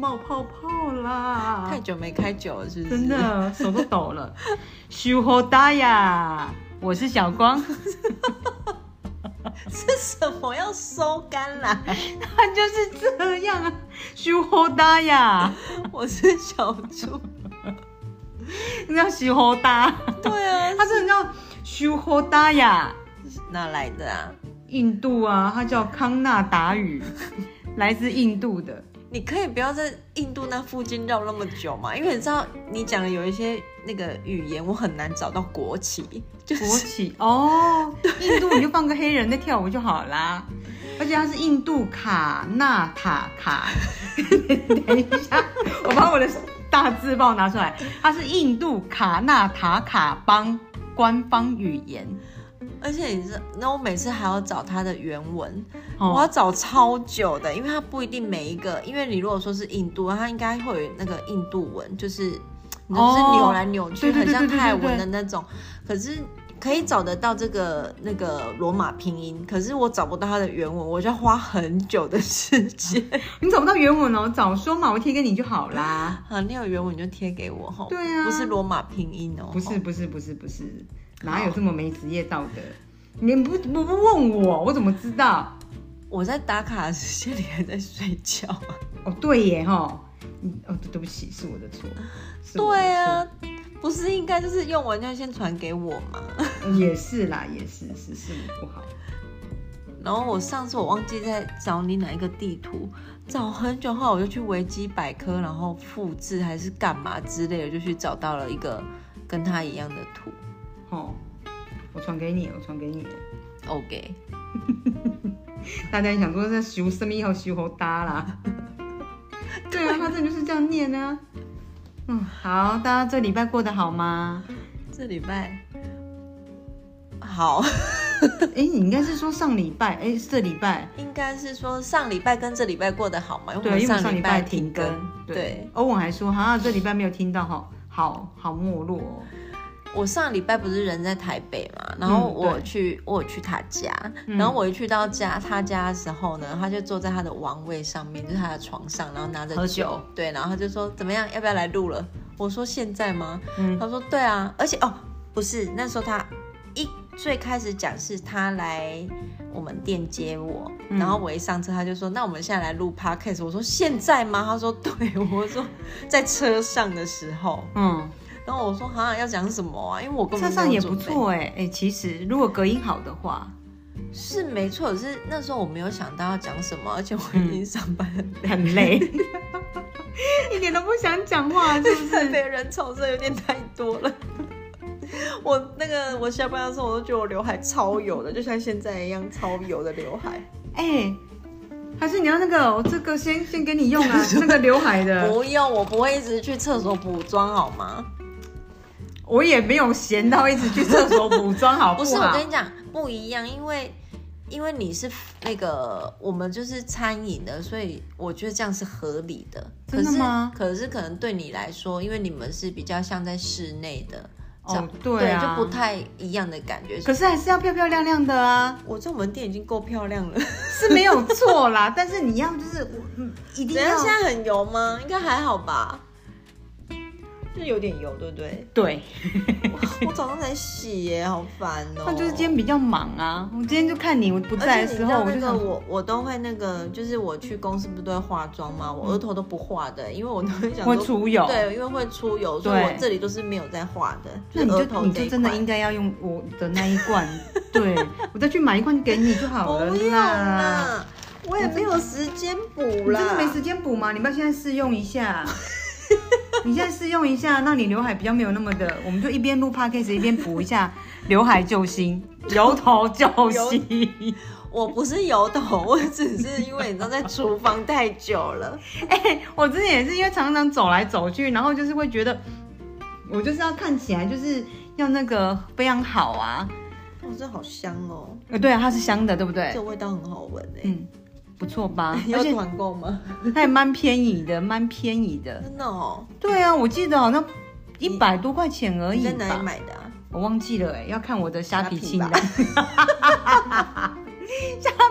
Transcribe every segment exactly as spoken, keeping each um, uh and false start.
冒泡泡啦！ 太久没开酒了，是不是？ 真的手都抖了。修好大呀！我是小光。 是什么要收干啦？ 他就是这样啊，修好大呀！ 我是小猪。 那叫修好大。 对啊， 他真的叫修好大呀。 哪来的啊？ 印度啊，它叫康纳达语，来自印度的。 你可以不要在印度那附近绕那么久嘛，因为你知道你讲的有一些那个语言，我很难找到国旗。就是、 国旗哦，印度你就放个黑人在跳舞就好啦。而且它是印度卡纳塔卡。等一下，我把我的大字报拿出来，它是印度卡纳塔卡邦官方语言。 而且你知道，那我每次还要找它的原文，哦、我要找超久的，因为它不一定每一个，因为你如果说是印度，它应该会有那个印度文，就是你就是扭来扭去，哦、很像泰文的那种。可是可以找得到这个那个罗马拼音，可是我找不到它的原文，我就要花很久的时间。 你找不到原文哦，早说嘛，我贴给你就好啦。 好，你有原文你就贴给我哈。 对啊， 不是罗马拼音哦。 不是不是不是不是。哪有这么没职业道德？你不不不问我，我怎么知道？ 我在打卡的时间里还在睡觉。 哦，对耶哈，哦，对不起，是我的错。 对啊，不是应该就是用完就先传给我吗？ 也是啦，也是是是我不好。 然后我上次我忘记在找你哪一个地图，找很久后我就去维基百科，然后复制还是干嘛之类的，就去找到了一个跟他一样的图。 哦，我传给你，我传给你。 OK。 大家想说在修什么要修好大啦？对啊，他真的就是这样念啊。嗯，好，大家这礼拜过得好吗？ 这礼拜好。 哎，你应该是说上礼拜，哎，这礼拜应该是说上礼拜跟这礼拜过得好吗？ 对，因为上礼拜停更。 对，欧文还说，好像这礼拜没有听到，好好好没落哦。 我上礼拜不是人在台北嘛，然后我去、嗯、我有去他家、嗯，然后我一去到家他家的时候呢，他就坐在他的王位上面，就是他的床上，然后拿着酒，酒对，然后他就说怎么样，要不要来录了？我说现在吗？嗯、他说对啊，而且哦不是，那时候他一最开始讲是他来我们店接我，嗯、然后我一上车他就说那我们现在来录 podcast， 我说现在吗？他说对，我说在车上的时候，嗯。然后我说哈要讲什么啊？因为我根本车上也不错哎、欸、哎、欸，其实如果隔音好的话是没错，可是那时候我没有想到要讲什么，而且我已经上班很累， 嗯、很累，一点都不想讲话，是不是？ 台北人潮真的有点太多了。我那个我下班的时候，我都觉得我刘海超油的，就像现在一样超油的刘海。 哎、欸。还是你要那个，我这个先先给你用啊，那个刘海的。 不用，我不会一直去厕所补妆好吗？ 我也没有闲到一直去厕所补妆，好不好？ 不是，我跟你讲不一样，因为因为你是那个我们就是餐饮的，所以我觉得这样是合理的。 真的吗？ 可是可是可能对你来说，因为你们是比较像在室内的。 哦，对啊， 对，就不太一样的感觉。 可是还是要漂漂亮亮的啊！ 我在我们店已经够漂亮了， 是没有错啦。但是你要就是，嗯，一定要。 现在很油吗？应该还好吧。就是有点油，对不对？ 对。 我早上才洗耶，好烦哦。 那就是今天比较忙啊。我今天就看你不在的时候，我就想我我都会那个，就是我去公司不是都会化妆吗？我额头都不化的，因为我都会想会出油。 对，因为会出油，所以我这里都是没有在化的。 那你就你就真的应该要用我的那一罐，对我再去买一罐给你就好了。 不要啦，我也没有时间补啦。 真的没时间补吗？你不要现在试用一下。你现在试用一下，让你刘海比较没有那么的，我们就一边录 podcast 一边补一下刘海救星，油头救星。 我不是油头，我只是因为你知道在厨房太久了。 哎、欸，我之前也是因为常常走来走去，然后就是会觉得，我就是要看起来就是要那个非常好啊。 哦，这好香哦。 呃，对啊，它是香的，对不对？ 这味道很好闻哎。 嗯。不错吧？ 有团购吗？ 它也蛮便宜的，蛮便宜的。 真的哦？ 对啊，我记得好像一百多块钱而已吧。 你在哪里买的啊？ 我忘记了哎、欸，要看我的虾皮清单。虾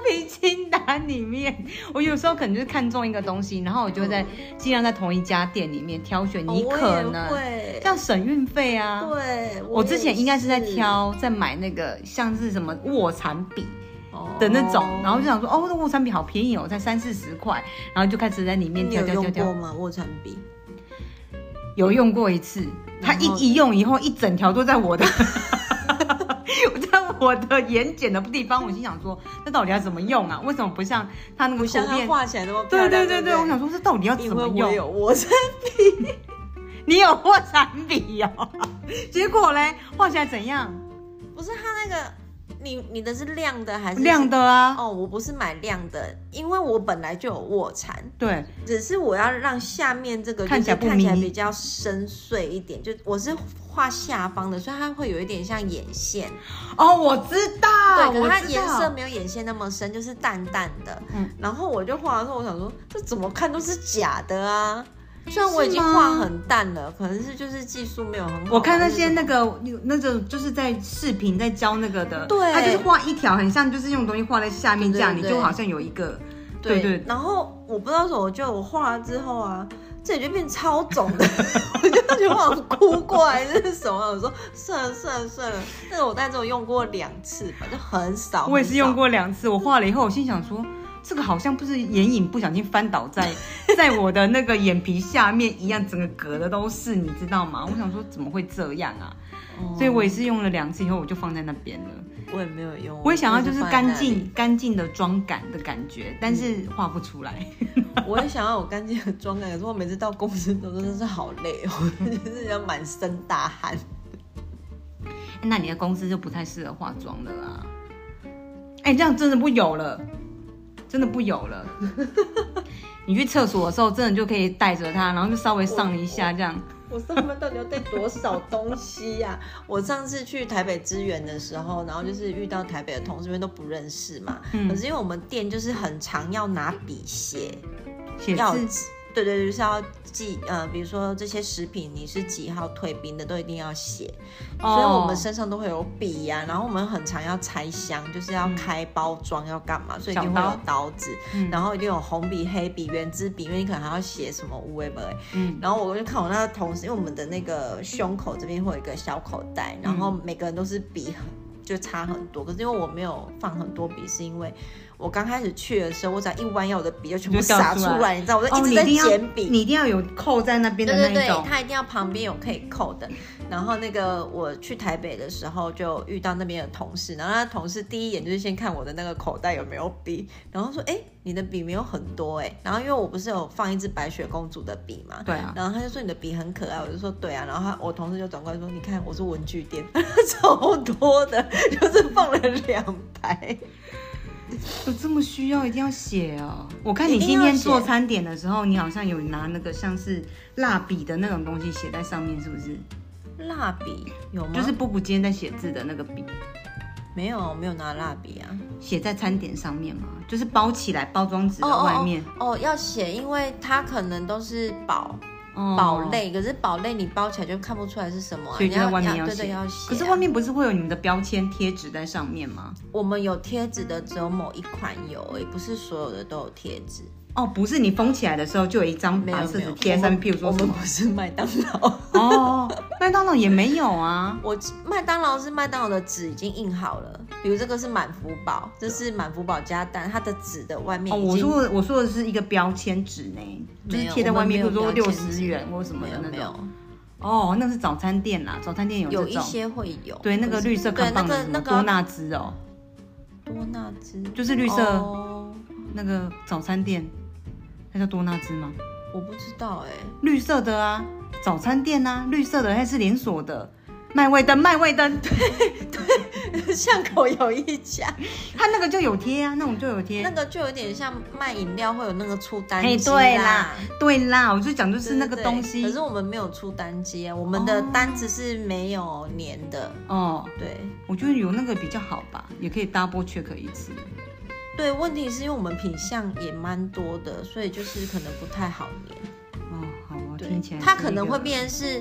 品清单里面，我有时候可能就是看中一个东西，然后我就会在尽量在同一家店里面挑选你可能这样省运费啊。 对， 我之前应该是在挑在买那个像是什么卧蚕笔的那种，然后就想说哦，那卧蚕笔好便宜哦，才三四十块，然后就开始在里面挑挑挑挑。 你有用过吗？卧蚕笔有用过一次，它一一用以后，一整条都在我的。我在我的眼睑的地方，我心想说，这到底要怎么用啊？为什么不像它那个图片画起来那么漂亮？ 对对对对，我想说这到底要怎么用？ 我有卧蚕笔， 你有卧蚕笔哦？结果嘞，画起来怎样？ 不是它那个，你你的是亮的还是亮的啊？ 哦，我不是买亮的，因为我本来就有卧蚕， 对， 只是我要让下面这个看起来不看起来比较深邃一点，就我是画下方的，所以它会有一点像眼线。 哦，我知道， 对，可是它颜色没有眼线那么深，就是淡淡的。嗯，然后我就画的时候，我想说，这怎么看都是假的啊。虽然我已经画很淡了，可能是就是技术没有很好。 我看那些那个那个就是在视频在教那个的， 对， 他就是画一条，很像就是用东西画在下面这样， 对对对， 你就好像有一个， 对对, 对。 然后我不知道什么，我就我画了之后啊，这里就变超肿的，我就觉得我想哭过来，这是什么？我说算了算了算了，但是我大概只有用过两次吧，就很少。 我也是用过两次，我画了以后，我心想说。这个好像不是眼影不小心翻倒在在我的那个眼皮下面一样，整个隔的都是，你知道吗？我想说怎么会这样啊？哦、所以我也是用了两次以后，我就放在那边了。 我也没有用， 我也想要就是干净干净的妆感的感觉，但是画不出来。 我也想要有干净的妆感，可是我每次到公司都真的是好累哦，就是要满身大汗。 那你的公司就不太适合化妆了啊？哎、欸，这样真的不有了。真的不有了，你去厕所的时候，真的就可以带着它，然后就稍微上一下这样。 我上班到底要带多少东西呀、啊？我上次去台北支援的时候，然后就是遇到台北的同事，因为都不认识嘛。嗯、可是因为我们店就是很常要拿笔写， 写字。 对对对，就是要记呃，比如说这些食品你是几号退冰的，都一定要写，哦、所以我们身上都会有笔呀、啊。然后我们很常要拆箱，就是要开包装，要干嘛，所以一定会有刀子，嗯、然后一定有红笔、黑笔、圆珠笔，因为你可能还要写什么无为不为。嗯，然后我就看我那个同事，因为我们的那个胸口这边会有一个小口袋，然后每个人都是笔就差很多，可是因为我没有放很多笔，是因为。我刚开始去的时候，我只要一弯腰，我的笔就全部洒出来，出来你知道，我就一直在捡笔、 哦。你一定要有扣在那边的那种。 对对对，它一定要旁边有可以扣的。然后那个我去台北的时候，就遇到那边的同事，然后他同事第一眼就是先看我的那个口袋有没有笔，然后说：“哎，你的笔没有很多哎。”然后因为我不是有放一支白雪公主的笔嘛， 对啊。 然后他就说：“你的笔很可爱。”我就说：“对啊。”然后他我同事就转过来说：“你看，我是文具店，超多的，就是放了两排。” 有这么需要一定要写哦！我看你今天做餐点的时候，你好像有拿那个像是蜡笔的那种东西写在上面，是不是？ 蜡笔有吗？ 就是布布今天在写字的那个笔。 没有，我没有拿蜡笔啊。 写在餐点上面嘛，就是包起来包装纸的外面。 哦, 哦, 哦, 哦，要写，因为它可能都是宝。宝类，可是宝类你包起来就看不出来是什么、啊， 所以就在外面要写。 对对，要写、啊。 可是外面不是会有你们的标签贴纸在上面吗？ 我们有贴纸的，只有某一款有而已，不是所有的都有贴纸。 哦，不是，你封起来的时候就有一张白色纸贴在上面，譬如说我们不是麦当劳哦，麦当劳也没有啊。 我麦当劳是麦当劳的纸已经印好了，比如这个是满福宝，这是满福宝加蛋，它的纸的外面已经。 哦，我说我说的是一个标签纸呢，就是贴在外面，比如说六十元或什么的那种。没有。哦，那是早餐店啦，早餐店有这种。 有一些会有。 对，那个绿色看棒的什么多纳兹哦。 多纳兹。 就是绿色、哦、那个早餐店。那叫多纳兹吗？ 我不知道哎、欸。 绿色的啊，早餐店啊，绿色的还是连锁的，麦味登，麦味登， 对对，巷口有一家， 它那个就有贴啊，那种就有贴， 那个就有点像卖饮料会有那个出单机啦， 对啦，对啦，我就讲就是那个东西。 对对对，可是我们没有出单机啊，我们的单子是没有粘的。哦，对， 我觉得有那个比较好吧，也可以 double check 一次。 对，问题是因为我们品项也蛮多的，所以就是可能不太好粘。 哦，好，听起来它可能会变成是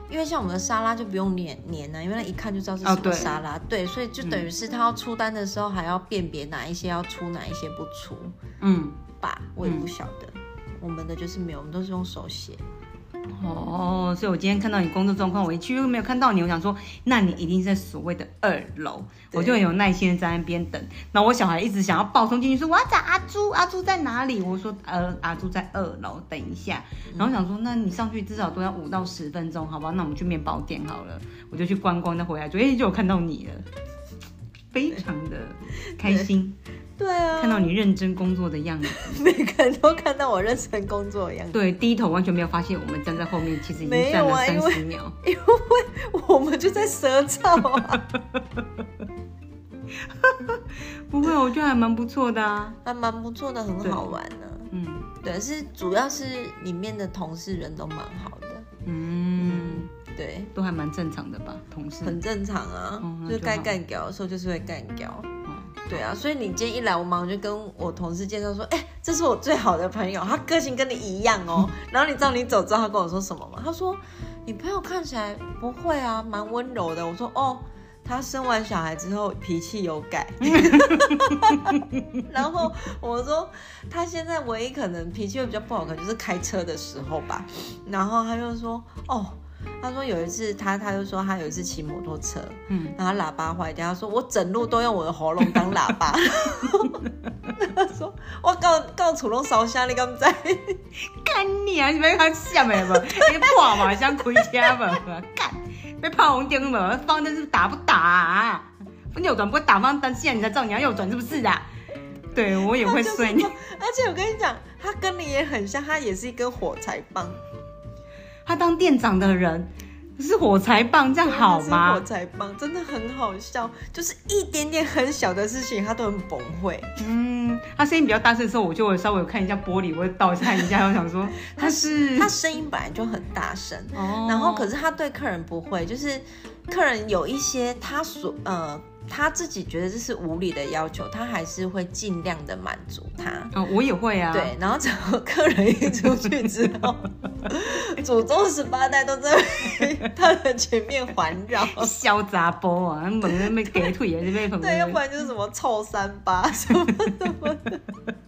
因为像我们的沙拉就不用粘粘啊，因为那一看就知道是什么沙拉，哦、对, 对，所以就等于是他要出单的时候还要辨别哪一些要出，哪一些不出，嗯，吧，我也不晓得，嗯、我们的就是没有，我们都是用手写。 哦，所以我今天看到你工作状况，我一去又没有看到你，我想说，那你一定是在所谓的二楼，我就很有耐心的在那边等。然后我小孩一直想要暴冲进去说我要找阿朱，阿朱在哪里？我说呃阿朱在二楼，等一下。然后想说，那你上去至少都要五到十分钟，好吧？那我们去面包店好了，我就去观光，再回来就哎就有看到你了，非常的开心。 对啊， 看到你认真工作的样子， 每个人都看到我认真工作的样子。 对，低头完全没有发现我们站在后面，其实已经站了三十秒、啊因。因为我们就在舌照啊。 不会，我觉得还蛮不错的啊， 还蛮不错的，很好玩呢、啊。嗯，对，是主要是里面的同事人都蛮好的。嗯。嗯对， 都还蛮正常的吧，同事很正常啊，哦、就该干掉的时候就是会干掉。对啊，所以你今天一来，我马上就跟我同事介绍说，哎、欸，这是我最好的朋友，他个性跟你一样哦。然后你知道你走之后，他跟我说什么吗？他说你朋友看起来不会啊，蛮温柔的。我说哦，他生完小孩之后脾气有改。然后我说他现在唯一可能脾气会比较不好，可能就是开车的时候吧。然后他就说哦。他说有一次他他就说他有一次骑摩托车，嗯，然后喇叭坏掉，他说我整路都用我的喉咙当喇叭。他说我告告楚龙烧香，你敢不知？ 干你啊！你别看笑的嘛，你破嘛想开车嘛？干，被炮红灯嘛？方灯是打不打啊？右转不会打方灯，现在你才知道你要右转是不是啊？对我也会睡你。 而且我跟你讲，他跟你也很像，他也是一根火柴棒。 他当店长的人是火柴棒，这样好吗？ 火柴棒真的很好笑，就是一点点很小的事情他都很崩溃。 嗯，他声音比较大声的时候，我就会稍微看一下玻璃，我会倒看一下，我想说他是他声音本来就很大声、哦，然后可是他对客人不会，就是客人有一些他所呃。他自己觉得这是无理的要求，他还是会尽量的满足他。 哦，我也会啊。 对，然后整个客人一出去之后，祖宗十八代都在他的前面环绕。 小杂包啊，门那边给腿也是被捧。 对，要不然就是什么臭三八什么什么的。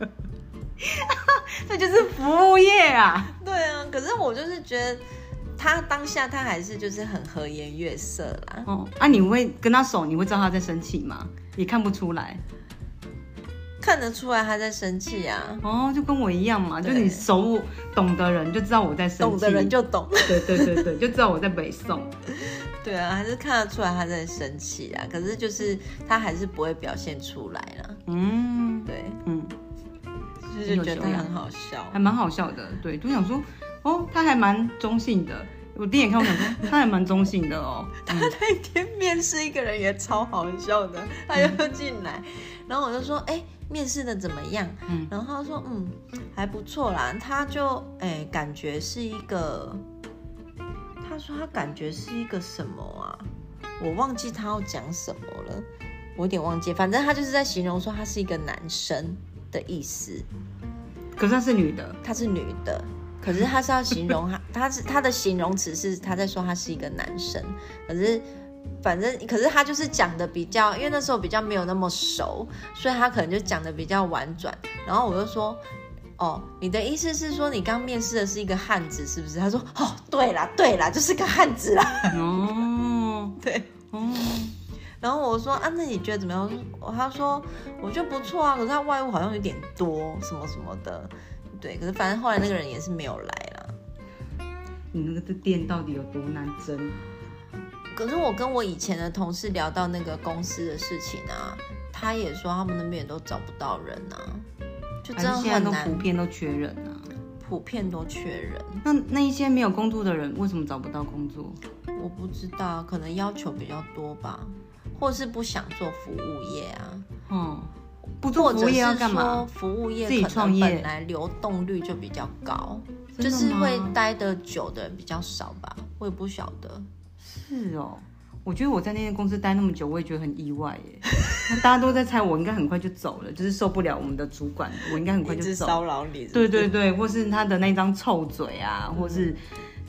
这就是服务业啊。 对啊，可是我就是觉得。他当下他还是就是很和颜悦色啦。 哦，啊，你会跟他熟，你会知道他在生气吗？也看不出来， 看得出来他在生气啊。 哦，就跟我一样嘛，就你熟懂的人就知道我在生气， 懂的人就懂。 对对对对，就知道我在北宋。 对啊，还是看得出来他在生气啊，可是就是他还是不会表现出来啦。嗯，对，嗯，就是觉得他很好笑， 还蛮好笑的。对，就想说。哦，他还蛮中性的。我第一眼看，我想说他还蛮中性的哦。 他那天面试一个人也超好笑的，他就进来，嗯、然后我就说：“哎、欸，面试的怎么样？”嗯，然后他说：“嗯，还不错啦。”他就哎、欸，感觉是一个，他说他感觉是一个什么啊？我忘记他要讲什么了，我有点忘记。反正他就是在形容说他是一个男生的意思。 可是他是女的， 他是女的。可是他是要形容他，他是他的形容词是他在说他是一个男生，可是反正可是他就是讲的比较，因为那时候比较没有那么熟，所以他可能就讲的比较婉转。然后我就说，哦，你的意思是说你刚面试的是一个汉子是不是？他说，哦，对啦对啦，就是个汉子啦。哦，对，哦。然后我说啊，那你觉得怎么样？他说我觉得不错啊，可是他外务好像有点多，什么什么的。对，可是反正后来那个人也是没有来啦。 你那个店到底有多难争？ 可是我跟我以前的同事聊到那个公司的事情啊，他也说他们那边也都找不到人啊，就真的很难。 现在都普遍都缺人啊， 普遍都缺人。 那那一些没有工作的人为什么找不到工作？ 我不知道，可能要求比较多吧，或是不想做服务业啊。嗯。 不做服务业要干嘛？ 服务业可能本来流动率就比较高，就是会待得久的人比较少吧，我也不晓得。 是哦，我觉得我在那间公司待那么久，我也觉得很意外耶。那大家都在猜我应该很快就走了，就是受不了我们的主管，我应该很快就走。 一直骚扰你是不是？ 对对对，或是他的那张臭嘴啊，嗯、或是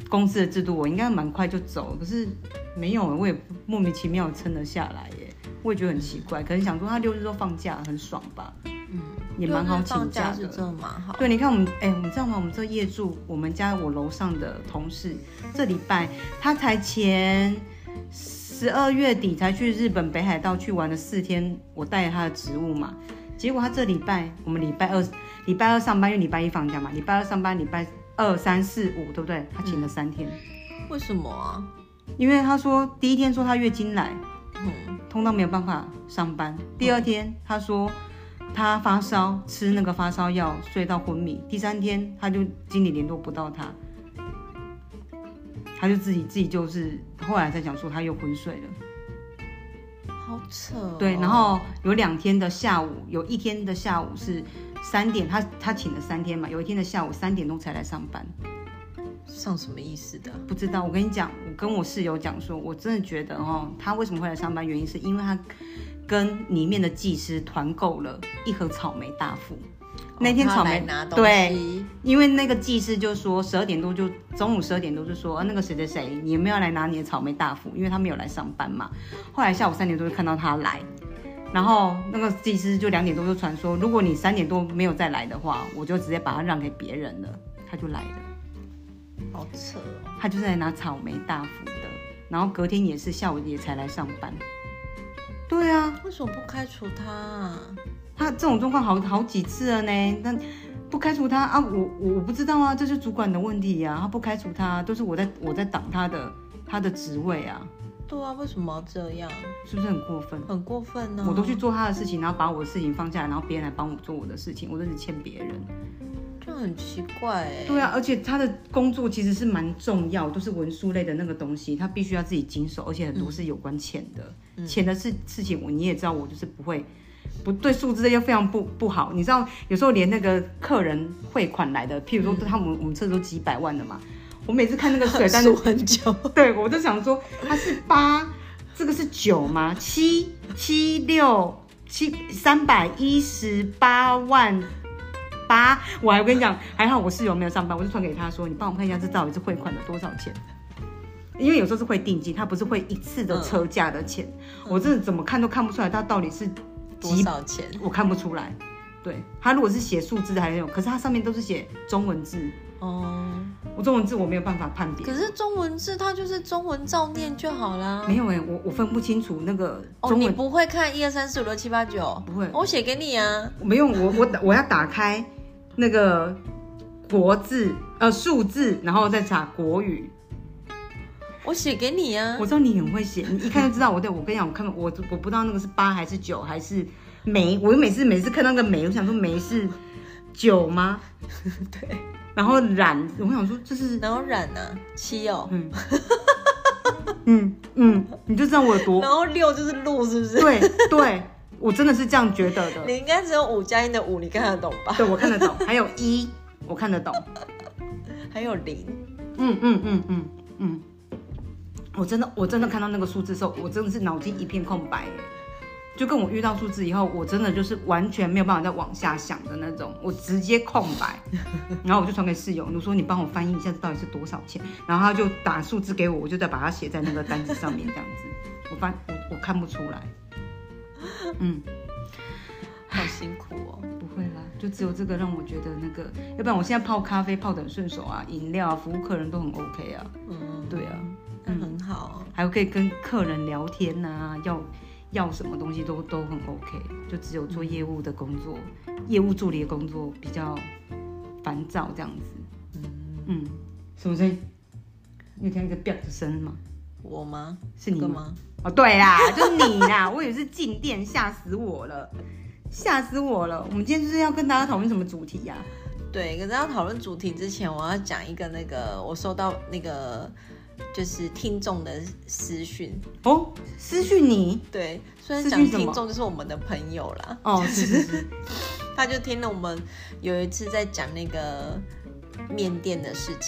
公司的制度，我应该蛮快就走，可是没有，我也莫名其妙撑了下来耶，我也觉得很奇怪，可能想说他六日都放假，很爽吧，嗯，也蛮好请假的， 是真的蛮好。 对，你看我们，哎、欸，你知道吗？我们这业主，我们家我楼上的同事，这礼拜他才前十二月底才去日本北海道去玩了四天，我带他的职务嘛，结果他这礼拜我们礼拜二礼拜二上班，因为礼拜一放假嘛，礼拜二上班，礼拜二三四五，对不对？他请了三天、 嗯，为什么啊？ 因为他说第一天说他月经来，嗯，痛到没有办法上班。第二天他说他发烧，吃那个发烧药睡到昏迷。第三天他就经理联络不到他，他就自己自己就是后来才讲说他又昏睡了。 好扯、哦。 对，然后有两天的下午，有一天的下午是三点，他他请了三天嘛，有一天的下午三点钟才来上班。 上什么意思的？ 不知道。我跟你讲，我跟我室友讲说，我真的觉得哦，他为什么会来上班，原因是因为他跟里面的技师团购了一盒草莓大福。哦、那天草莓拿东西， 对，因为那个技师就说十二点多就中午十二点多就说、啊、那个谁谁谁，你有没有来拿你的草莓大福？因为他没有来上班嘛。后来下午三点多就看到他来，然后那个技师就两点多就传说，如果你三点多没有再来的话，我就直接把他让给别人了。他就来了。 好扯哦！ 他就是来拿草莓大福的，然后隔天也是下午也才来上班。对啊， 为什么不开除他啊？ 他这种状况好好几次了呢，但不开除他啊，我我我不知道啊，这是主管的问题啊，他不开除他，都是我在我在挡他的他的职位啊。 对啊，为什么要这样？ 是不是很过分？ 很过分呢、啊！ 我都去做他的事情，然后把我的事情放下来，然后别人来帮我做我的事情，我真是欠别人。 就很奇怪哎、欸。 对啊，而且他的工作其实是蛮重要，都是文书类的那个东西，他必须要自己经手，而且很多是有关钱的，钱、嗯、的事事情我你也知道，我就是不会，不对数字又非常不不好。你知道，有时候连那个客人汇款来的，譬如说他们、嗯、我们这都几百万的嘛，我每次看那个水单数很久， 对我就想说，他是八，这个是九吗？七七六七三百一十八万。八，我还跟你讲，还好我室友没有上班，我就传给他说，你帮我看一下这到底是汇款了多少钱，因为有时候是会定金，他不是会一次的车价的钱、嗯，我真的怎么看都看不出来他到底是多少钱， 我看不出来。对，他如果是写数字还有，可是他上面都是写中文字哦，我中文字我没有办法判别。 可是中文字它就是中文照念就好啦。 没有哎、欸，我我分不清楚那个中文。 哦，你不会看一二三四五六七八九？ 不会， 我写给你啊。 没用，我我我要打开那个国字呃数字，然后再查国语。 我写给你啊。 我知道你很会写，你一看就知道我。对，我跟你讲，我看我我不知道那个是八还是九还是梅。我每次每次看到那个梅，我想说梅是九吗？ 对。 然后冉，我想说这是， 然后冉呢、啊？七哦。 嗯。嗯嗯，你就知道我有多。 然后六就是鹿，是不是？ 对对，我真的是这样觉得的。 你应该只有五加一的五，你看得懂吧？ 对，我看得懂。还有一，我看得懂。 还有零。 嗯嗯嗯嗯嗯。我真的我真的看到那个数字的时候，我真的是脑筋一片空白，就跟我遇到数字以后，我真的就是完全没有办法再往下想的那种，我直接空白。然后我就传给室友，我说你帮我翻译一下这到底是多少钱，然后他就打数字给我，我就再把它写在那个单子上面这样子。我翻我我看不出来，嗯， 好辛苦哦。 不会啦，就只有这个让我觉得那个，要不然我现在泡咖啡泡得很顺手啊，饮料啊，服务客人都很 OK 啊。嗯，对啊。 那很好、啊， 还有可以跟客人聊天啊，要要什么东西都都很 OK， 就只有做业务的工作，嗯、业务助理的工作比较烦躁这样子。嗯嗯，什么声音？你有听到一个啪的声吗？ 我吗？ 是你吗？ 哦，对啦，就是你啦，我以为是静电，吓死我了，吓死我了。我们今天就是要跟大家讨论什么主题呀、啊？ 对，可是要讨论主题之前，我要讲一个那个我收到那个。就是听众的私讯哦，私讯你对，虽然讲听众就是我们的朋友啦， 哦，是是是， 他就听了我们有一次在讲那个面店的事情，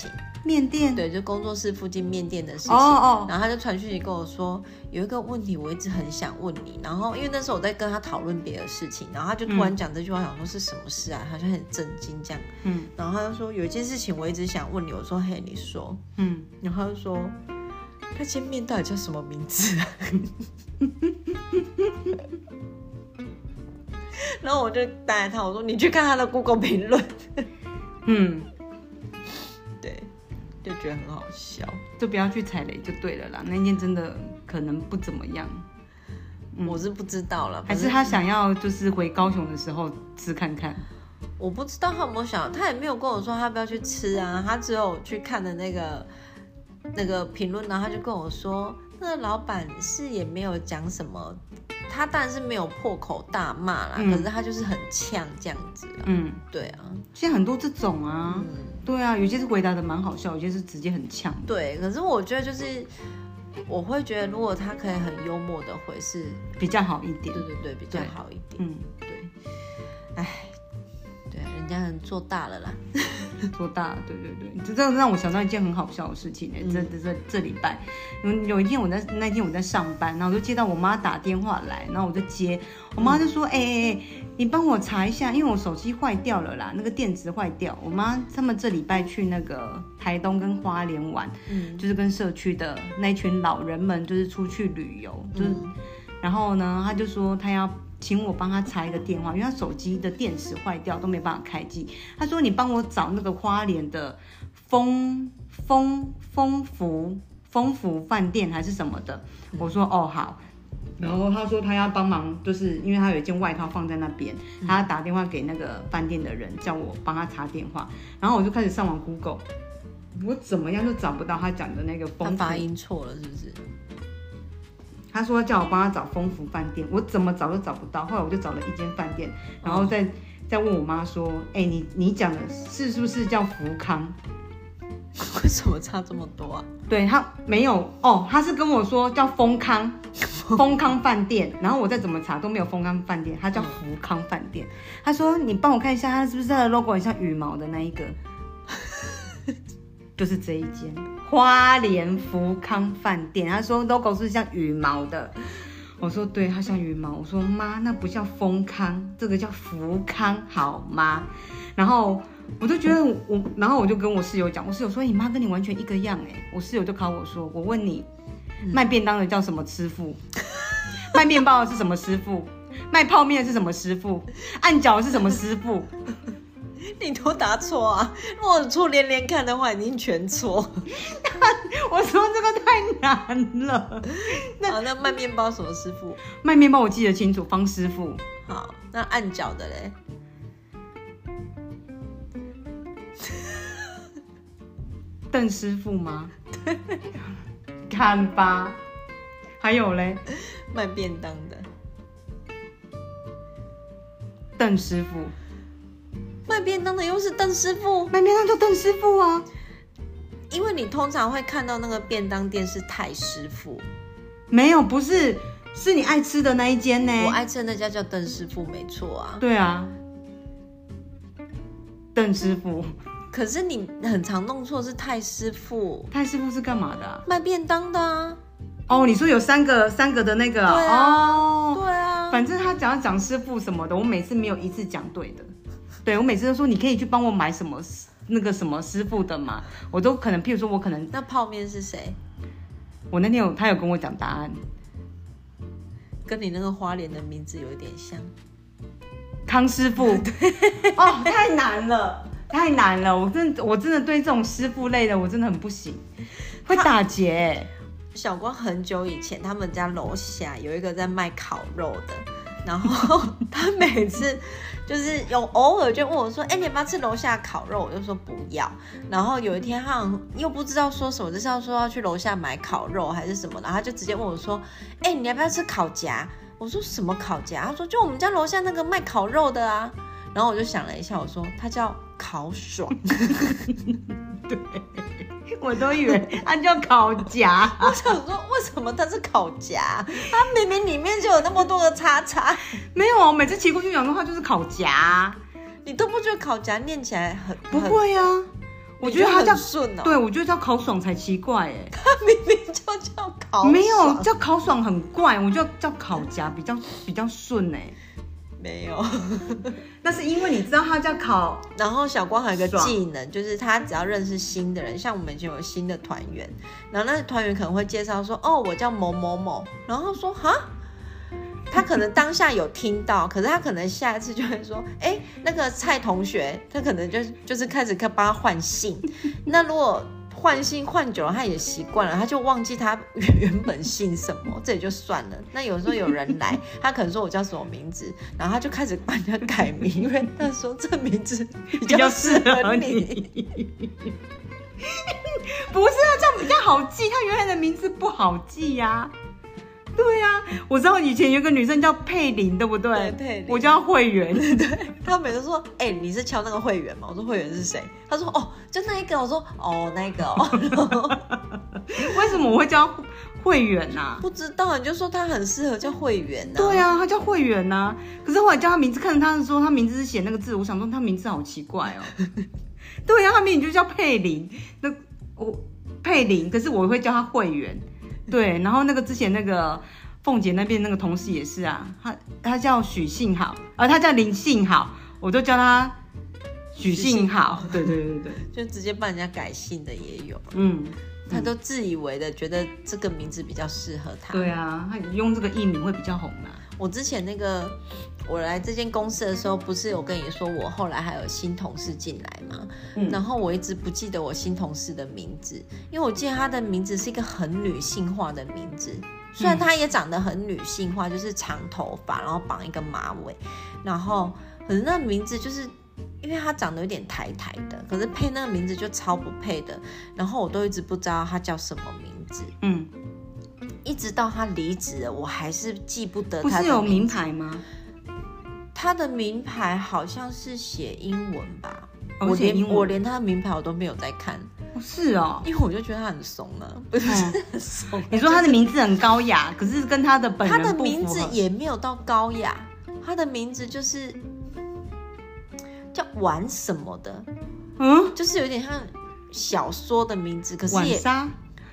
面店， 对，就工作室附近面店的事情。 哦哦， 然后他就传讯息跟我说，有一个问题我一直很想问你。然后因为那时候我在跟他讨论别的事情，然后他就突然讲这句话，想说是什么事啊？他就很震惊这样。嗯，然后他就说有一件事情我一直想问你。我说嘿，你说。嗯，然后他就说那间面到底叫什么名字啊？然后我就带他，我说你去看他的 Google 评论。嗯，对，就觉得很好笑， 就不要去踩雷就对了啦。那间真的可能不怎么样， 嗯、我是不知道了。 还是他想要就是回高雄的时候吃看看？ 我不知道他有没有想，他也没有跟我说他不要去吃啊，他只有去看的那个那个评论，然后他就跟我说，那个老板是也没有讲什么。他当然是没有破口大骂啦、嗯，可是他就是很呛这样子啦。嗯，对啊， 现在很多这种啊，嗯、对啊，有些是回答的蛮好笑，有些是直接很呛。 对，可是我觉得就是我会觉得，如果他可以很幽默的回是比较好一点。 对对对，比较好一点。嗯，对。哎，对，人家人做大了啦。 做大了，对对对，这这让我想到一件很好笑的事情呢、欸。这这这这礼拜，有有一天我在那天我在上班，然后我就接到我妈打电话来，然后我就接，我妈就说：“哎哎哎，你帮我查一下，因为我手机坏掉了啦，那个电池坏掉。”我妈他们这礼拜去那个台东跟花莲玩，嗯，就是跟社区的那群老人们就是出去旅游，就是，嗯、然后呢，他就说他要。请我帮他查一个电话，因为他手机的电池坏掉，都没办法开机。他说：“你帮我找那个花莲的丰丰丰福丰福饭店还是什么的。嗯”我说：“哦好。”然后他说他要帮忙，就是因为他有一件外套放在那边，他打电话给那个饭店的人，叫我帮他查电话。然后我就开始上网 Google， 我怎么样都找不到他讲的那个丰福。 他发音错了是不是？ 他说叫我帮他找丰福饭店，我怎么找都找不到。后来我就找了一间饭店，然后再、哦、再问我妈说：“哎、欸，你你讲的是是不是叫福康？ 为什么差这么多啊？” 对他没有哦，他是跟我说叫丰康，丰康饭店。然后我再怎么查都没有丰康饭店，他叫福康饭店。他说：“你帮我看一下，他是不是他的 logo 很像羽毛的那一个？”就是这一间花莲福康饭店，他说 logo 是像羽毛的，我说对，它像羽毛。我说妈，那不叫丰康，这个叫福康好吗？然后我就觉得我，然后我就跟我室友讲，我室友说你妈跟你完全一个样哎、欸，我室友就考我说，我问你，卖便当的叫什么师傅？卖面包的是什么师傅？卖泡面的是什么师傅？按脚的是什么师傅？ 你都答错啊！如果错连连看的话，一定全错。 我说这个太难了。 那好，那卖面包什么师傅？ 卖面包我记得清楚，方师傅。 好，那按脚的嘞？ 邓师傅吗？对，看吧。还有嘞， 卖便当的邓师傅。 卖便当的又是邓师傅， 卖便当就邓师傅啊， 因为你通常会看到那个便当店是太师傅， 没有，不是，是你爱吃的那一间呢。 我爱吃的那家叫邓师傅，没错啊。 对啊，邓师傅。 可是你很常弄错是太师傅， 太师傅是干嘛的、啊？ 卖便当的啊。 哦，你说有三个三个的那个、啊？ 对啊， 哦， 对啊。 反正他讲讲师傅什么的，我每次没有一次讲对的。对，我每次都说你可以去帮我买什么那个什么师傅的嘛，我都可能，譬如说我可能那泡面是谁？ 我那天有他有跟我讲答案， 跟你那个花莲的名字有一点像， 康师傅。对，哦，太难了，太难了，我真的我真的对这种师傅类的我真的很不行，会打结、欸。 小光很久以前，他们家楼下有一个在卖烤肉的。然后他每次就是有偶尔就问我说：“哎、欸，你要不要吃楼下烤肉？”我就说不要。然后有一天他好像又不知道说什么，就是要说要去楼下买烤肉还是什么，然后他就直接问我说：“哎、欸，你要不要吃烤夹？”我说：“什么烤夹？”他说：“就我们家楼下那个卖烤肉的啊。”然后我就想了一下，我说：“他叫烤爽。” 对，我都以为它叫烤夹。 我想说，为什么它是烤夹？它明明里面就有那么多的叉叉。 没有啊，我每次骑过去想说它就是烤夹。 你都不觉得烤夹念起来很不会啊？ 我觉得它叫顺哦， 对，我觉得叫烤爽才奇怪哎， 它明明就叫烤爽， 没有叫烤爽很怪，我觉得叫烤夹比较比较顺哎。 没有， 那是因为你知道他叫烤。 然后小光还有一个技能，就是他只要认识新的人，像我们已经有新的团员，然后那团员可能会介绍说，哦，我叫某某某，然后说哈，他可能当下有听到，可是他可能下一次就会说，哎，那个蔡同学，他可能就就是开始帮他换姓，那如果换姓换久了，他也习惯了，他就忘记他原本姓什么，这也就算了。那有时候有人来，他可能说我叫什么名字，然后他就开始帮人家改名，因为他说这名字比较适合你。 不是啊，这样比较好记，他原来的名字不好记呀、啊。对呀、啊，我知道以前有个女生叫佩玲，对不对？ 对，佩玲， 我叫慧媛。 对，她每次说，哎、欸，你是敲那个慧媛吗？我说慧媛是谁？她说，哦，就那一个。我说，哦，那个哦。 为什么我会叫慧媛啊？ 不知道，你就说她很适合叫慧媛啊。 对啊，她叫慧媛啊。可是后来叫她名字，看着她的时候，她名字是写那个字，我想说她名字好奇怪哦。对啊，她名字就叫佩玲，那我佩玲，可是我会叫她慧媛。对，然后那个之前那个凤姐那边那个同事也是啊，他他叫许幸好，呃，他叫林幸好，我都叫他许幸好。对对对对， 就直接帮人家改姓的也有。 嗯， 他都自以为的觉得这个名字比较适合他。 对啊，他用这个艺名会比较红啊。 我之前那个我来这间公司的时候，不是有跟你说我后来还有新同事进来吗？嗯，然后我一直不记得我新同事的名字，因为我记得他的名字是一个很女性化的名字，虽然他也长得很女性化，就是长头发，然后绑一个马尾，然后可是那名字就是因为他长得有点台台的，可是配那个名字就超不配的，然后我都一直不知道他叫什么名字。嗯。一直到他离职了，我还是记不得他的名字。 不是有名牌吗？ 他的名牌好像是写英文吧， 哦、 我连英文我连他的名牌我都没有在看。 哦是哦， 因为我就觉得他很怂啊，不是很怂、嗯。 你说他的名字很高雅，可是跟他的本人不符合。 他的名字也没有到高雅，他的名字就是叫玩什么的，嗯，就是有点像小说的名字，可是也。 晚沙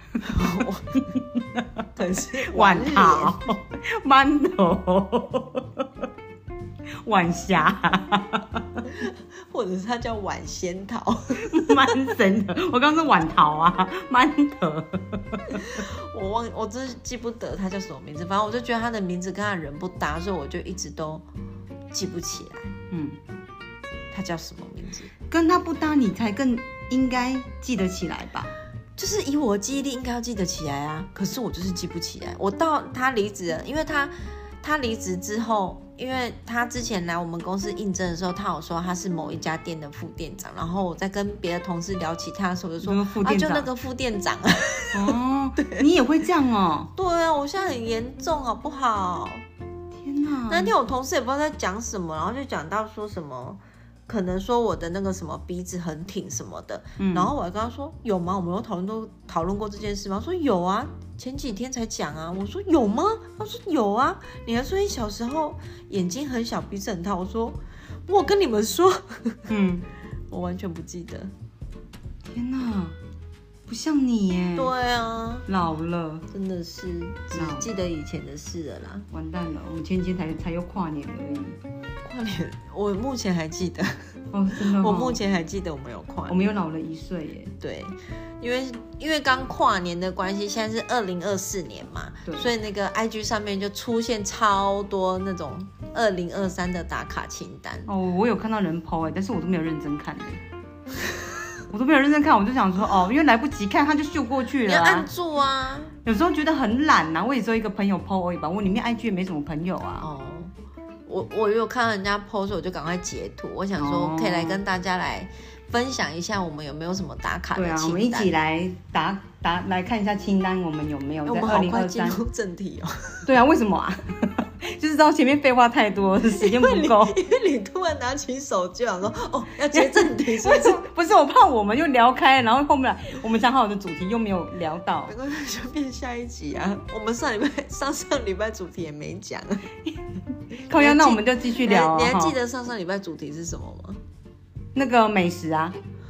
可是晚桃、馒头、晚霞， 或者是它叫晚仙桃， 蛮神的。我刚刚是晚桃啊，馒头。 我忘，我真是记不得他叫什么名字。反正我就觉得他的名字跟他人不搭，所以我就一直都记不起来。嗯，他叫什么名字？ 跟他不搭，你才更应该记得起来吧。 就是以我的记忆力应该要记得起来啊，可是我就是记不起来。我到他离职了，因为他他离职之后，因为他之前来我们公司应征的时候，他有说他是某一家店的副店长，然后我在跟别的同事聊起他的时候，我就说啊，就那个副店长。 哦，对，你也会这样哦？ 对啊，我现在很严重，好不好？ 天哪！ 那天我同事也不知道在讲什么，然后就讲到说什么。可能说我的那个什么鼻子很挺什么的，嗯、然后我还跟他说有吗？我们有讨论都讨论过这件事吗？他说有啊，前几天才讲啊。我说有吗？他说有啊。你还说你小时候眼睛很小，鼻子很大。我说我跟你们说，嗯，我完全不记得。 天哪，不像你耶。 对啊， 老了， 真的是只记得以前的事了啦。 完蛋了，我们前几天才才又跨年而已。 跨年，我目前还记得哦，真的、哦， 我目前还记得我们有跨年， 我们又老了一岁耶。 对，因为因为刚跨年的关系，现在是二零二四年嘛，所以那个 I G 上面就出现超多那种二零二三的打卡清单。 哦，我有看到人 po 哎，但是我都没有认真看我都没有认真看，我就想说哦，因为来不及看，他就秀过去了、啊。 你要按住啊！ 有时候觉得很懒呐、啊，我也只有一个朋友 po 而已吧，我里面 I G 也没什么朋友啊。哦。 我我有看到人家 po， 所以我就赶快截图。我想说可以来跟大家来分享一下，我们有没有什么打卡的清单？ 对啊，我们一起来打打来看一下清单，我们有没有在二零二三？ 我们好快进入正题哦。 对啊，为什么啊？就是知道前面废话太多，时间不够。 因为你突然拿起手机想说哦要接正题，是不是？ 不是，我怕我们又聊开，然后后面我们讲好的主题又没有聊到， 没关系，就变下一集啊。我们上礼拜上上礼拜主题也没讲。 靠腰，那我们就继续聊、啊你。你还记得上上礼拜主题是什么吗？ 那个美食啊。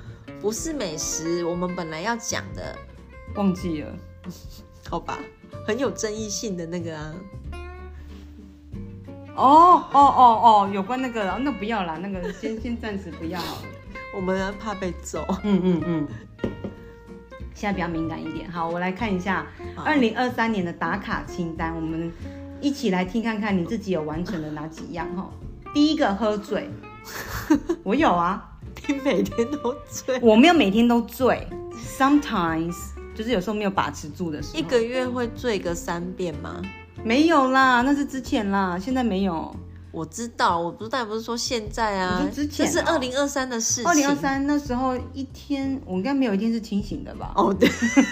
不是美食，我们本来要讲的， 忘记了， 好吧，很有争议性的那个啊。 哦哦哦哦，有关那个，那不要啦，那个先先暂时不要好了， 我们怕被揍。 嗯嗯嗯。现在比较敏感一点，好，我来看一下二零二三年的打卡清单，我们一起来听看看你自己有完成的哪几样哈。第一个，喝醉，我有啊， 你每天都醉？ 我没有每天都醉 ，sometimes 就是有时候没有把持住的时候。 一个月会醉个三遍吗？ 没有啦，那是之前啦，现在没有。 我知道，我不但不是说现在啊， 之前、啊、 这是二零二三的事情。 二零二三那时候一天，我应该没有一天是清醒的吧？ 哦，对，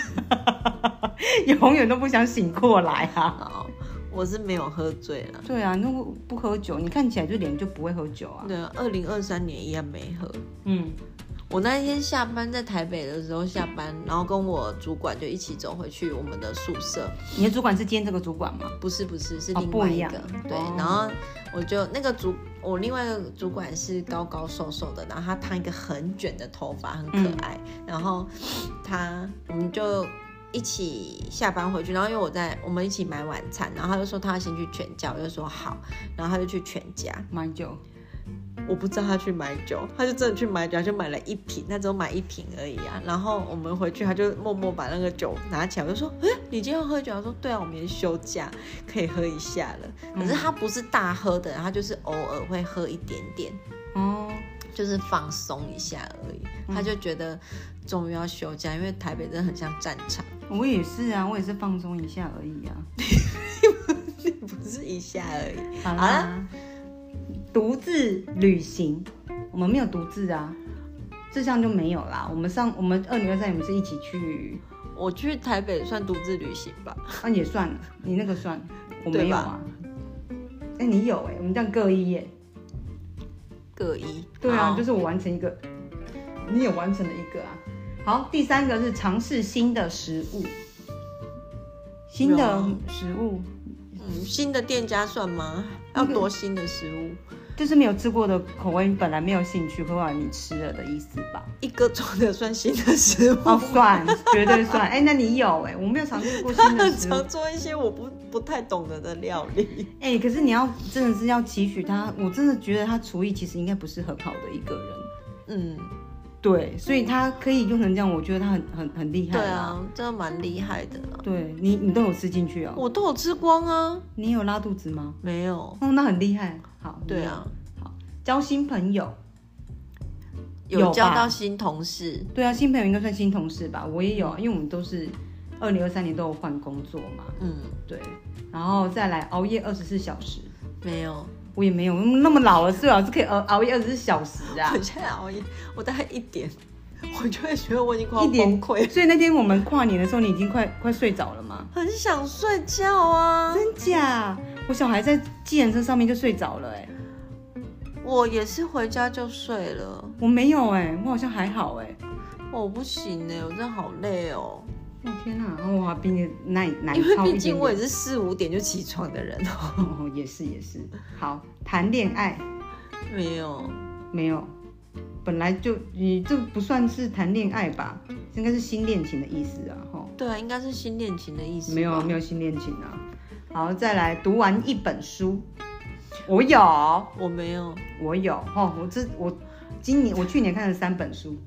永远都不想醒过来啊。 好，我是没有喝醉了。 对啊，那不喝酒，你看起来就脸就不会喝酒啊。 对啊，二零二三年一样没喝。 嗯。 我那一天下班在台北的时候下班，然后跟我主管就一起走回去我们的宿舍。 你的主管是今天这个主管吗？ 不是不是，是另外一个。哦、对、哦，然后我就那个主，我另外一个主管是高高瘦瘦的，然后他烫一个很卷的头发，很可爱。嗯、然后他我们就一起下班回去，然后因为我在我们一起买晚餐，然后他就说他要先去全家，我就说好，然后他就去全家买酒。 我不知道他去买酒，他就真的去买酒，他就买了一瓶，他只有买一瓶而已啊。然后我们回去，他就默默把那个酒拿起来，我就说：“哎、欸，你今天要喝酒？”他说：“对啊，我明天休假，可以喝一下了。”可是他不是大喝的，他就是偶尔会喝一点点，哦、嗯，就是放松一下而已。他就觉得终于要休假，因为台北真的很像战场。 我也是啊，我也是放松一下而已啊， 不是一下而已。 好啦。好啦，独自旅行，我们没有独自啊，这项就没有啦。我们上我们二零二三，我们是一起去。 我去台北算独自旅行吧？ 啊，也算了，你那个算，我没有啊。哎、欸，你有哎、欸，我们这样各一耶。 各一。 对啊，就是我完成一个，你也完成了一个啊。好，第三个是尝试新的食物，新的食物。 嗯，新的店家算吗？要多新的食物？ 就是没有吃过的口味，你本来没有兴趣，会让你吃了的意思吧？ 一个做的算新的食物？ 哦，算，绝对算。哎、欸，那你有哎、欸？我没有尝试过新的食物。 常做一些我不不太懂得的料理。 哎、欸，可是你要真的是要期许他，我真的觉得他厨艺其实应该不是很好的一个人。嗯。对，所以他可以用成这样，我觉得他很很很厉害。 对啊，真的蛮厉害的啦。 对你，你都有吃进去哦。 我都有吃光啊。 你有拉肚子吗？ 没有。 哦，那很厉害。好， 对啊， 好，交新朋友， 有交到新同事。 对啊，新朋友应该算新同事吧？我也有，因为我们都是二零二三年都有换工作嘛。嗯，对。然后再来熬夜二十四小时。 没有。 我也没有那么老了，最好是可以熬熬夜二十四小时啊！ 我现在熬夜，我大概一点，我就会觉得我已经快要崩溃。 所以那天我们跨年的时候，你已经快快睡着了吗？ 很想睡觉啊！ 真假？我小孩在计程车上面就睡着了哎、欸。 我也是回家就睡了。 我没有哎、欸，我好像还好哎、欸。 我不行哎、欸，我真的好累哦。 哦天哪！哇，比你难难因为毕竟我也是四五点就起床的人哦。哦，也是也是。好，谈恋爱没有没有，本来就你这不算是谈恋爱吧？应该是新恋情的意思啊。哈。 对啊，应该是新恋情的意思。 没有没有新恋情啊。好，再来读完一本书，我有， 我没有， 我有。哦，我这我今年我去年看了三本书。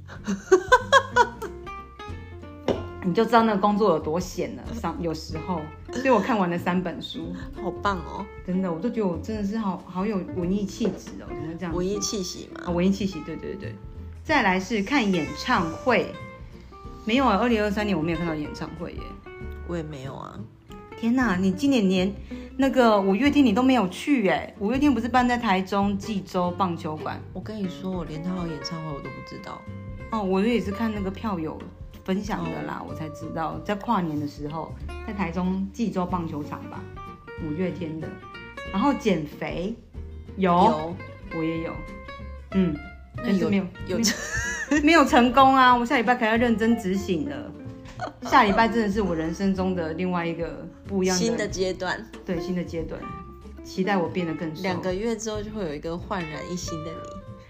你就知道那个工作有多闲了，上有时候，所以我看完了三本书， 好棒哦！ 真的，我都觉得我真的是好好有文艺气质哦，怎么这样？ 文艺气息嘛， 啊、哦，文艺气息，对对对。再来是看演唱会，没有啊，二零二三年我没有看到演唱会耶， 我也没有啊。 天哪，你今年连那个五月天你都没有去哎？五月天不是办在台中济州棒球馆？ 我跟你说，我连他有演唱会我都不知道。 哦，我也是看那个票友分享的啦， oh. 我才知道在跨年的时候，在台中济州棒球场吧，五月天的。然后减肥有，有我也有，嗯，但是没有有有没有成功啊！我下礼拜可要认真执行了。下礼拜真的是我人生中的另外一个不一样的新的阶段， 对新的阶段，期待我变得更瘦。 两个月之后就会有一个焕然一新的你。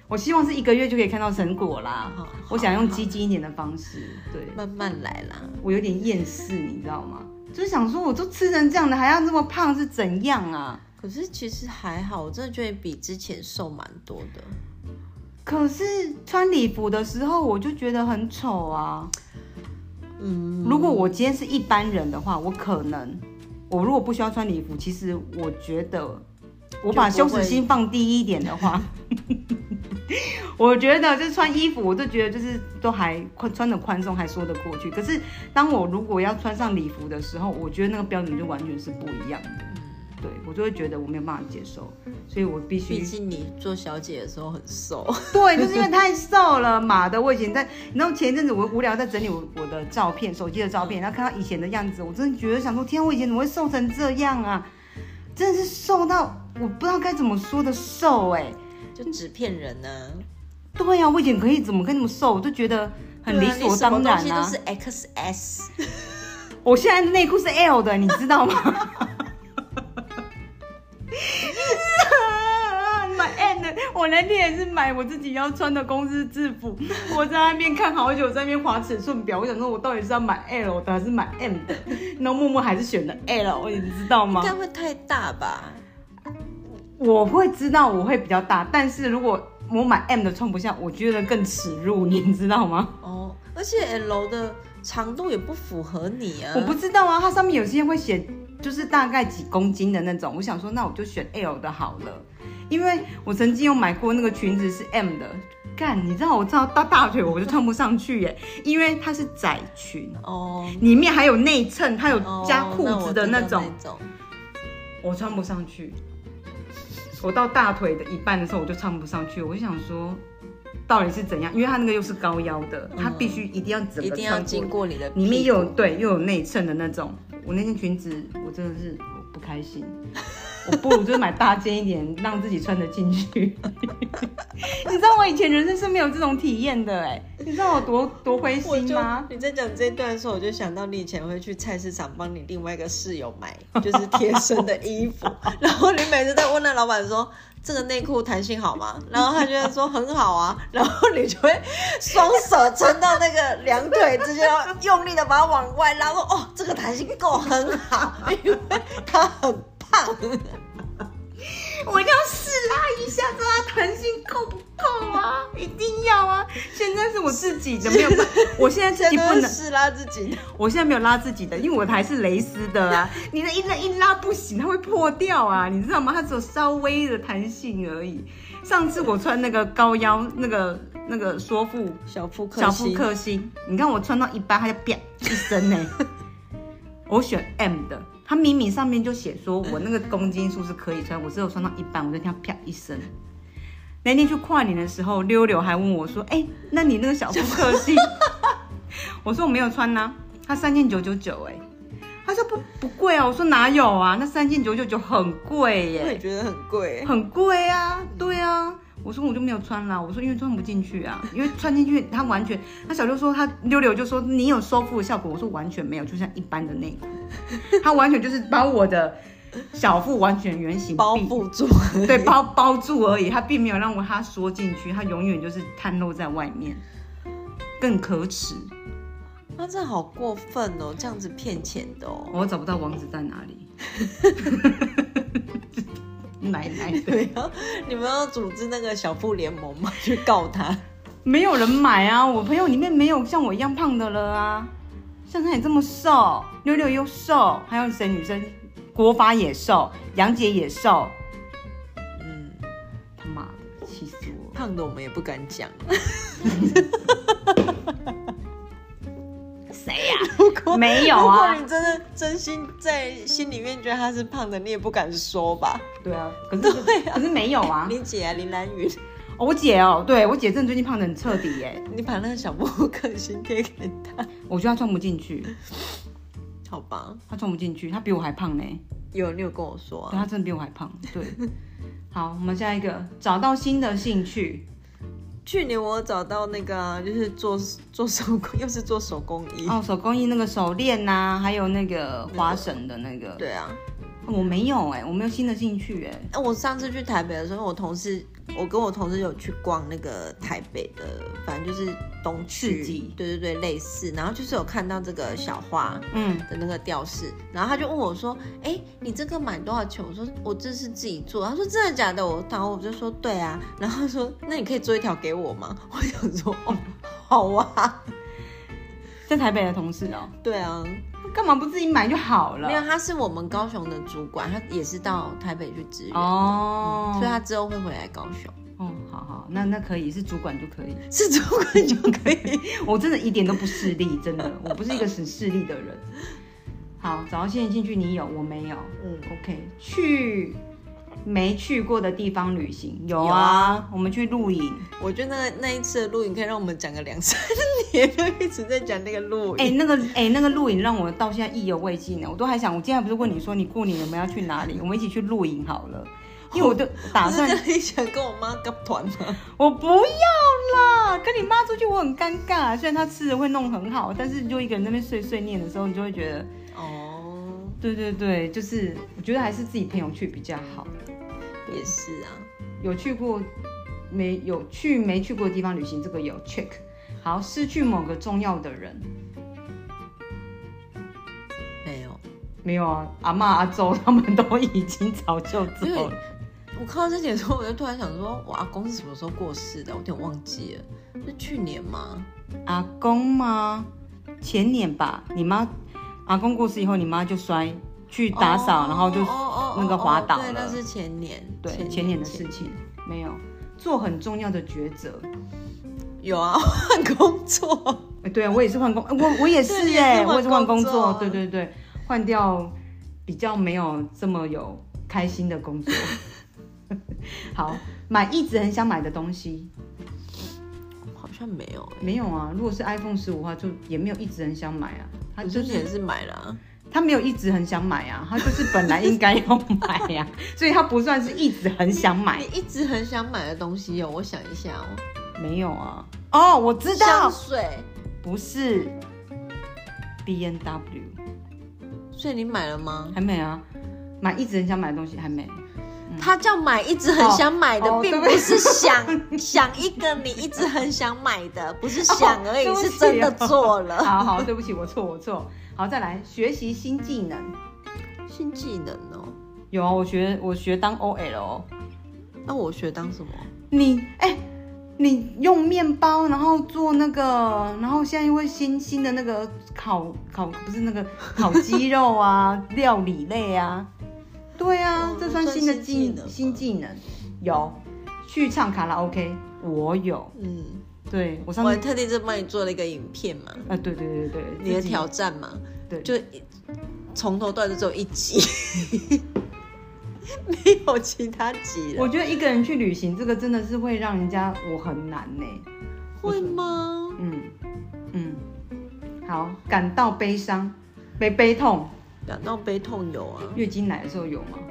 我希望是一个月就可以看到成果啦。 好我想用激进一点的方式，对， 慢慢来啦。 我有点厌世，你知道吗？就是想说，我都吃成这样的，还要这么胖是怎样啊？ 可是其实还好，我真的觉得比之前瘦蛮多的。 可是穿礼服的时候，我就觉得很丑啊。嗯，如果我今天是一般人的话，我可能，我如果不需要穿礼服，其实我觉得。我把羞耻心放低一点的话，我觉得就是穿衣服，我就觉得就是都还穿的宽松，还说得过去。可是当我如果要穿上礼服的时候，我觉得那个标准就完全是不一样的。对，我就会觉得我没有办法接受，所以我必须。 毕竟你做小姐的时候很瘦。 对，就是因为太瘦了嘛的。我以前在，你知道前一阵子我无聊在整理我我的照片，手机的照片，然后看到以前的样子，我真的觉得想说，天啊，我以前怎么会瘦成这样啊？真的是瘦到我不知道该怎么说的瘦哎、欸， 就纸片人呢、啊。 对呀、啊，我以前可以怎么可以那么瘦，我就觉得很理所当然啊。 啊你什么东西都是 X S， 我现在的内裤是 L 的，你知道吗？买 M 的，我那天也是买我自己要穿的公司制服，我在那边看好久，在那边划尺寸表，我想说我到底是要买 L 的还是买 M 的，然后默默还是选了 L， 你知道吗？ 应该会太大吧？ 我会知道我会比较大，但是如果我买 M 的穿不下，我觉得更耻辱，你知道吗？ 哦，而且 L 的长度也不符合你啊。 我不知道啊，它上面有些会写就是大概几公斤的那种，我想说那我就选 L 的好了。因为我曾经有买过那个裙子是 M 的，干，你知道我知道到大腿我就穿不上去耶，因为它是窄裙哦，里面还有内衬，它有加裤子的那种，哦、那我, 我穿不上去。我到大腿的一半的时候我就穿不上去，我就想说到底是怎样，因为它那个又是高腰的，它必须一定要整个穿过， 一定要经过你的屁股， 里面又有对又有内衬的那种。我那件裙子我真的是我不开心。我不如就是买大件一点，让自己穿得进去。你知道我以前人生是没有这种体验的哎，你知道我多多灰心吗？ 你在讲这一段的时候，我就想到你以前会去菜市场帮你另外一个室友买，就是贴身的衣服，然后你每次在问那老板说这个内裤弹性好吗？然后他就会说很好啊，然后你就会双手撑到那个两腿之间，然后用力的把它往外拉，说哦这个弹性够很好，因为它很。 我一定要试拉一下，知道它弹性够不够啊？一定要啊！现在是我自己的，没有办法，我现在自己不能试拉自己的。 我现在没有拉自己的，因为我还是蕾丝的啊。你的一拉一拉不行，它会破掉啊，你知道吗？它只有稍微的弹性而已。上次我穿那个高腰那个那个缩腹小腹克小腹克星，你看我穿到一半，它就啪一声呢、欸。我选 M 的。它明明上面就写说我那个公斤数是可以穿，我只有穿到一半，我就听到啪一声。那天去跨年的时候，溜溜还问我说：“哎、欸，那你那个小腹克星？”我说我没有穿呐、啊，它三件九九九哎。他说不不贵啊，我说哪有啊，那三件九九九很贵耶。 我也觉得很贵， 很贵啊，对啊。我说我就没有穿啦，我说因为穿不进去啊，因为穿进去它完全，他小六说他溜溜就说你有收腹的效果，我说完全没有，就像一般的内裤，它完全就是把我的小腹完全圆形包覆住， 对，包包住而已，它并没有让我它缩进去，它永远就是袒露在外面，更可耻。 那这好过分哦，这样子骗钱的哦。 我找不到网址在哪里。奶奶对啊，你们要组织那个小腹联盟吗？去告他？ 没有人买啊，我朋友里面没有像我一样胖的了啊。像他也这么瘦，六六又瘦，还有谁女生？国法也瘦，杨姐也瘦。嗯，他妈的，气死我！ 胖的我们也不敢讲。 谁呀、啊？没有啊！ 如果你真的真心在心里面觉得他是胖的，你也不敢说吧？ 对啊，可是对啊，可是没有啊。 你姐啊，林兰云、 哦，我姐哦，对我姐真的最近胖得很彻底耶。 你把那个小腹克星贴给她， 我觉得她穿不进去。 好吧， 她穿不进去，她比我还胖呢。 有，你有跟我说啊？ 对，她真的比我还胖。对，好，我们下一个，找到新的兴趣。 去年我找到那个、啊，就是做做手工，又是做手工艺哦，手工艺那个手链呐、啊，还有那个花绳的那个。 对啊， 我没有哎、欸，我没有新的兴趣哎、 欸。我上次去台北的时候，我同事我跟我同事有去逛那个台北的，反正就是东区，对对对，类似。然后就是有看到这个小花嗯的那个吊饰，嗯、然后他就问我说：“哎、欸，你这个买多少钱？”我说：“我这是自己做。”他说：“真的假的？”我然后我就说：“对啊。”然后他说：“那你可以做一条给我吗？”我想说：“哦，好啊。” 在台北的同事哦。 对啊。 干嘛不自己买就好了？ 没有，他是我们高雄的主管，他也是到台北去支援哦、嗯，所以他之后会回来高雄。 哦，好好，那那可以，是主管就可以， 是主管就可以。 我真的一点都不势利，真的，我不是一个很势利的人。好，找到现在进去，你有，我没有。嗯 ，OK， 去没去过的地方旅行有啊，有啊，我们去露营。 我觉得那那一次的露营可以让我们讲个两三年，就一直在讲那个露营。 哎、欸，那个哎、欸，那个露营让我到现在意犹未尽呢。我都还想，我今天还不是问你说你过年有没有要去哪里？我们一起去露营好了。因为我都打算， 你想跟我妈搞团吗？ 我不要啦，跟你妈出去我很尴尬。虽然她吃的会弄很好，但是你就一个人在那边碎碎念的时候，你就会觉得，哦，对对对，就是我觉得还是自己朋友去比较好。 也是啊， 有去过没有去没去过的地方旅行，这个有 check。好，失去某个重要的人， 没有， 没有啊，阿嬷阿周他们都已经早就走了。 我看到这点的时候，我就突然想说，我阿公是什么时候过世的？我有点忘记了，是去年吗？ 阿公吗？前年吧。你妈阿公过世以后，你妈就摔去打扫， oh, 然后就那个滑倒了。 oh, oh, oh, oh, 对，那是前年， 对，前 年, 前年的事情。没有做很重要的抉择。 有啊，换工作。 对啊，我也是换工，我我也是哎，我也是换工作。对对对，换掉比较没有这么有开心的工作。好，买一直很想买的东西， 好像没有、欸， 没有啊。如果是 iPhone 十五的话，就也没有一直很想买啊。 他之前是买了、啊， 他没有一直很想买啊，他就是本来应该要买呀、啊，所以他不算是一直很想买。 你, 你一直很想买的东西有，我想一下哦， 没有啊。哦，我知道， 香水不是 B M W， 所以你买了吗？ 还没啊，买一直很想买的东西还没。 他叫买一直很想买的，哦、并不是想、哦、想一个你一直很想买的，不是想而已，哦、是真的做了。 好好，对不起，我错，我错。好，再来学习新技能。 新技能哦， 有啊，我学我学当 O L。 那我学当什么？ 你哎、欸，你用面包，然后做那个，然后现在因为新新的那个烤烤不是那个烤鸡肉啊，料理类啊。对啊，哦、这算新的技能，新技能有去唱卡拉 OK， 我有，嗯，对我上次我还特地在帮你做了一个影片嘛， 啊，对对对对， 你的挑战嘛，对，就从头到尾就只有一集，没有其他集了。 我觉得一个人去旅行，这个真的是会让人家我很难呢， 会吗？ 嗯嗯，好，感到悲伤，悲悲痛。 感到悲痛有啊， 月经来的时候有吗？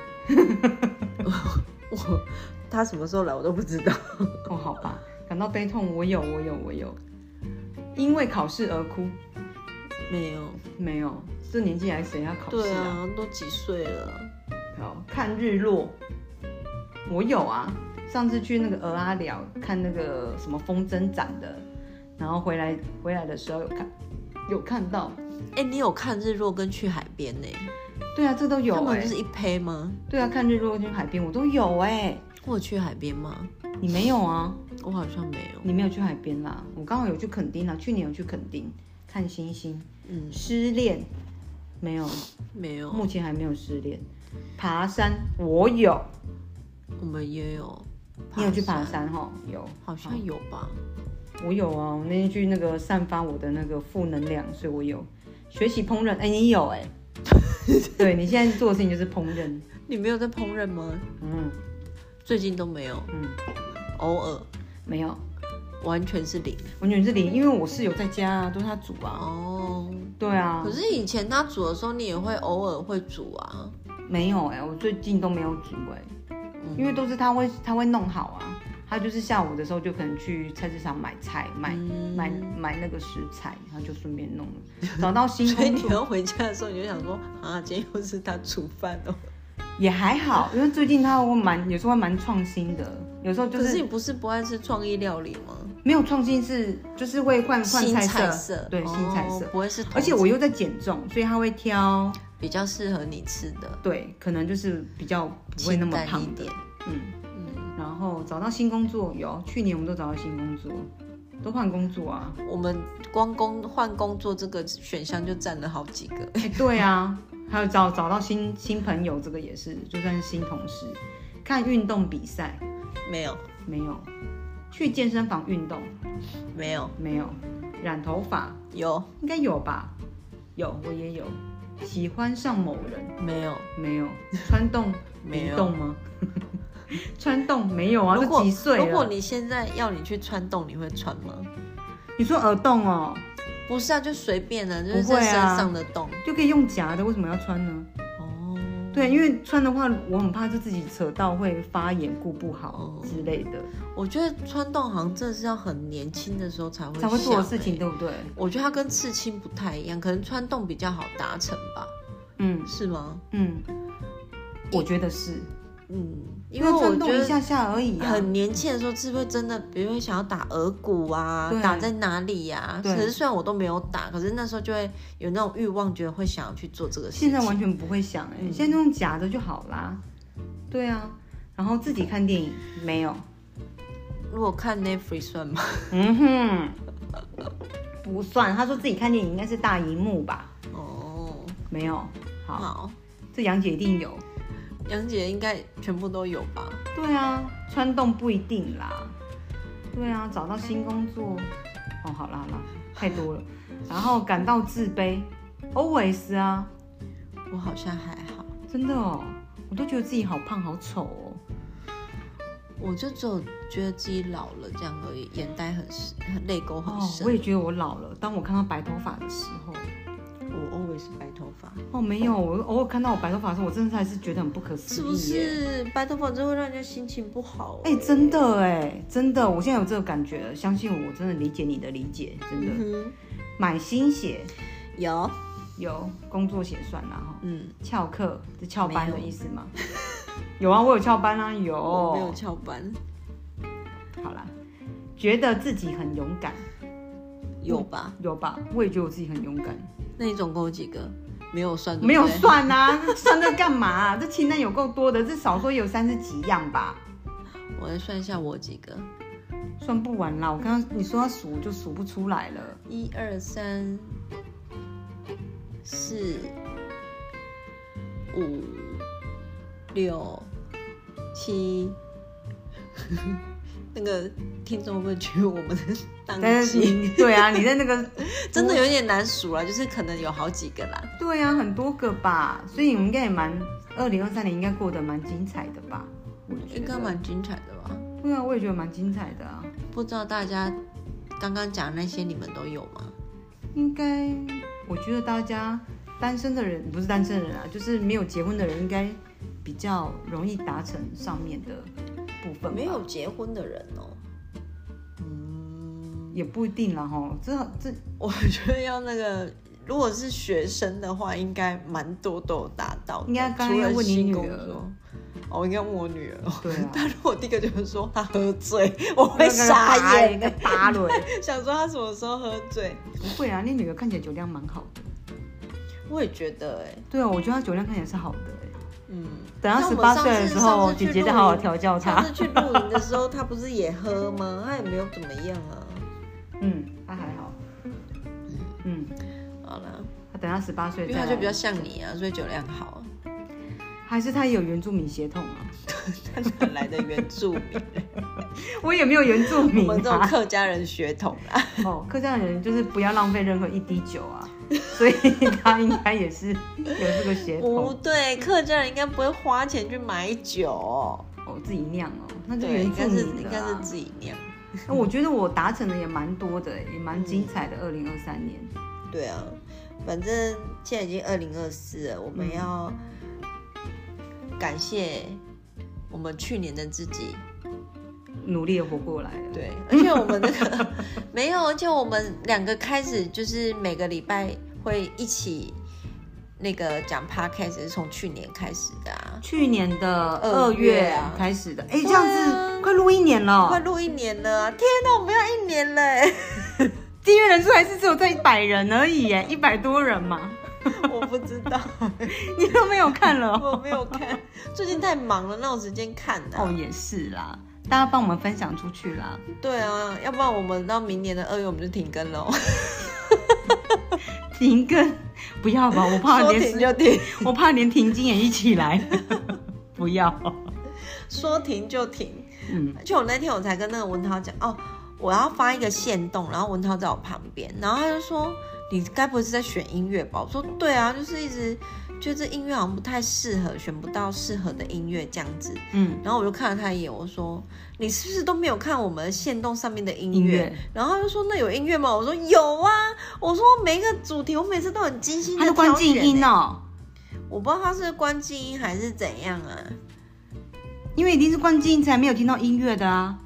我他什么时候来我都不知道。 哦，好吧，感到悲痛我有我有我有，因为考试而哭， 没有没有，这年纪还谁要考试啊？ 对啊，都几岁了。 好，看日落，我有啊，上次去那个鹅阿寮看那个什么风筝展的，然后回来回来的时候有看有看到。 哎、欸，你有看日落跟去海边呢、欸？ 对啊，这都有、欸。他们不是一胚吗？ 对啊，看日落跟海边我都有哎、欸。 我有去海边吗？ 你没有啊？ 我好像没有。 你没有去海边啦？我刚好有去垦丁啦，去年有去垦丁看星星。嗯，失恋没有？ 没有， 目前还没有失恋。爬山我有， 我们也有。 你有去爬山哈？有， 好像有吧。 我有啊，我那天去那个散发我的那个负能量，所以我有。学习烹饪，哎、欸，你有哎、欸，对你现在做的事情就是烹饪。 你没有在烹饪吗？嗯，最近都没有，嗯，偶尔没有， 完全是零， 完全是零，因为我室友在家啊，都是他煮啊。哦，对啊。 可是以前他煮的时候，你也会偶尔会煮啊。 没有哎、欸，我最近都没有煮哎、欸嗯，因为都是他会他会弄好啊。他就是下午的时候就可能去菜市场买菜，买、嗯、买买那个食材，然后就顺便弄了。找到新工作， 所以你要回家的时候，你就想说啊，今天又是他煮饭哦。 也还好，因为最近他会蛮有时候会蛮创新的， 有时候就是。 可是你不是不爱吃创意料理吗？ 没有创新是就是会换换新菜色， 菜色对、哦、新菜色， 不会是。 而且我又在减重，所以他会挑比较适合你吃的。 对，可能就是比较不会那么胖的。嗯嗯。然后找到新工作有，去年我们都找到新工作，都换工作啊。 我们光工换工作这个选项就占了好几个。 哎，对啊，还有找找到新新朋友，这个也是，就算是新同事。看运动比赛没有没有。去健身房运动没有没有。染头发有应该有吧？有，我也有。喜欢上某人没有没有。穿洞没有动吗？穿洞没有啊，都几岁了？ 如果你现在要你去穿洞，你会穿吗？ 你说耳洞哦？ 不是啊，就随便的，就是在身上的洞、 啊、就可以用夹的，为什么要穿呢？哦，对，因为穿的话，我很怕就自己扯到会发炎、顾不好之类的。 我觉得穿洞好像真的是要很年轻的时候才会、欸、 才会做的事情，对不对？ 我觉得它跟刺青不太一样，可能穿洞比较好达成吧。嗯，是吗？ 嗯，我觉得是。 嗯，因为我觉得一下下而已、啊， 很年轻的时候是不是真的，比如会想要打耳骨啊，打在哪里呀、啊？可是虽然我都没有打，可是那时候就会有那种欲望，觉得会想要去做这个事情。 现在完全不会想哎、欸，嗯、现在用假的就好啦。对啊，然后自己看电影没有？ 如果看 Netflix 算吗？ 嗯哼，不算。他说自己看电影应该是大荧幕吧？哦，没有。好， 好这杨姐一定有。 杨姐应该全部都有吧？ 对啊，穿洞不一定啦。对啊，找到新工作，哦，好啦好啦，太多了。然后感到自卑 ，always 啊。 我好像还好， 真的哦，我都觉得自己好胖好丑哦。 我就只有觉得自己老了这样而已，眼袋很很泪沟很深、 哦。我也觉得我老了，当我看到白头发的时候。 我 always 是白头发哦，没有，我偶尔看到我白头发的时候，我真的还是觉得很不可思议。 是不是白头发真的会让人家心情不好？ 哎、欸，真的哎，真的，我现在有这个感觉了。相信我，我真的理解你的理解，真的。嗯、买新鞋有有工作鞋算啦哈。嗯，翘课是翘班的意思吗？有啊，我有翘班啊，有。 我没有翘班。 好啦，觉得自己很勇敢， 有吧？ 有吧？我也觉得我自己很勇敢。 那你总共有几个？没有算， 没有算啊，算这干嘛、啊？这清单有够多的，这少说有三十几样吧。 我来算一下我几个， 算不完啦。我刚刚你说要数就数不出来了。 一二三四五六七。那个听众会不会觉得我们的档期？ 对啊，你在那个真的有点难数啦，就是可能有好几个啦。 对啊，很多个吧，所以你们应该也蛮二零二三年应该过得蛮精彩的吧？我觉得应该蛮精彩的吧？ 对啊，我也觉得蛮精彩的啊。 不知道大家刚刚讲那些你们都有吗？ 应该，我觉得大家单身的人不是单身的人啊，就是没有结婚的人应该比较容易达成上面的。 没有结婚的人哦， 嗯，也不一定啦哈。这这， 我觉得要那个，如果是学生的话，应该蛮多都有达到的。 应该刚刚要问你女儿， 哦，应该问我女儿。 对啊， 但如果第一个就是说她喝醉，我会傻眼的，扒了， 想说她什么时候喝醉？ 不会啊，你女儿看起来酒量蛮好的。 我也觉得哎、欸， 对啊，我觉得她酒量看起来是好的。 嗯， 等到十八岁的时候，姐姐再好好调教他。 上次去露营的时候，他不是也喝吗？他也没有怎么样啊。 嗯，他还好。嗯， 好了。 他等他十八岁， 因为他就比较像你啊，所以酒量好。 还是他也有原住民血统啊？ 他哪来的原住民？ 我也没有原住民、啊。 我们这种客家人血统啊。 哦，客家人就是不要浪费任何一滴酒啊。所以他应该也是有这个血统。 不对，客家人应该不会花钱去买酒哦， 哦自己酿哦，那就原住民的、啊、 应该是自己酿。 我觉得我达成的也蛮多的，也蛮精彩的。二零二三年， 对啊，反正现在已经二零二四了，我们要感谢我们去年的自己。 努力的活过来了， 对，而且我们那个没有，而且我们两个开始就是每个礼拜会一起那个讲 podcast 是从去年开始的啊， 去年的二二月月啊开始的，哎、这样子快录一年了， 快录一年了啊！天哪，我们要一年了哎！ 订阅人数还是只有在一百人而已，哎，一百多人嘛。 我不知道， 你都没有看了、哦？ 我没有看，最近太忙了，哪有时间看呢、啊？ 哦，也是啦，大家帮我们分享出去啦。 对啊，要不然我们到明年的二月我们就停更了、哦。 停更？不要吧，我怕连说停就停， 我怕连停经也一起来。不要， 说停就停。 嗯， 就我那天我才跟那个文涛讲，哦，我要发一个限动，然后文涛在我旁边，然后他就说。你该不会是在选音乐吧？我说对啊，就是一直觉得这音乐好像不太适合，选不到适合的音乐这样子。嗯，然后我就看了他一眼，我说你是不是都没有看我们限动上面的音乐？音乐然后他就说那有音乐吗？我说有啊，我说每一个主题我每次都很精心的挑选、欸。 他是关静音哦， 我不知道他是关静音还是怎样啊， 因为一定是关静音才没有听到音乐的啊。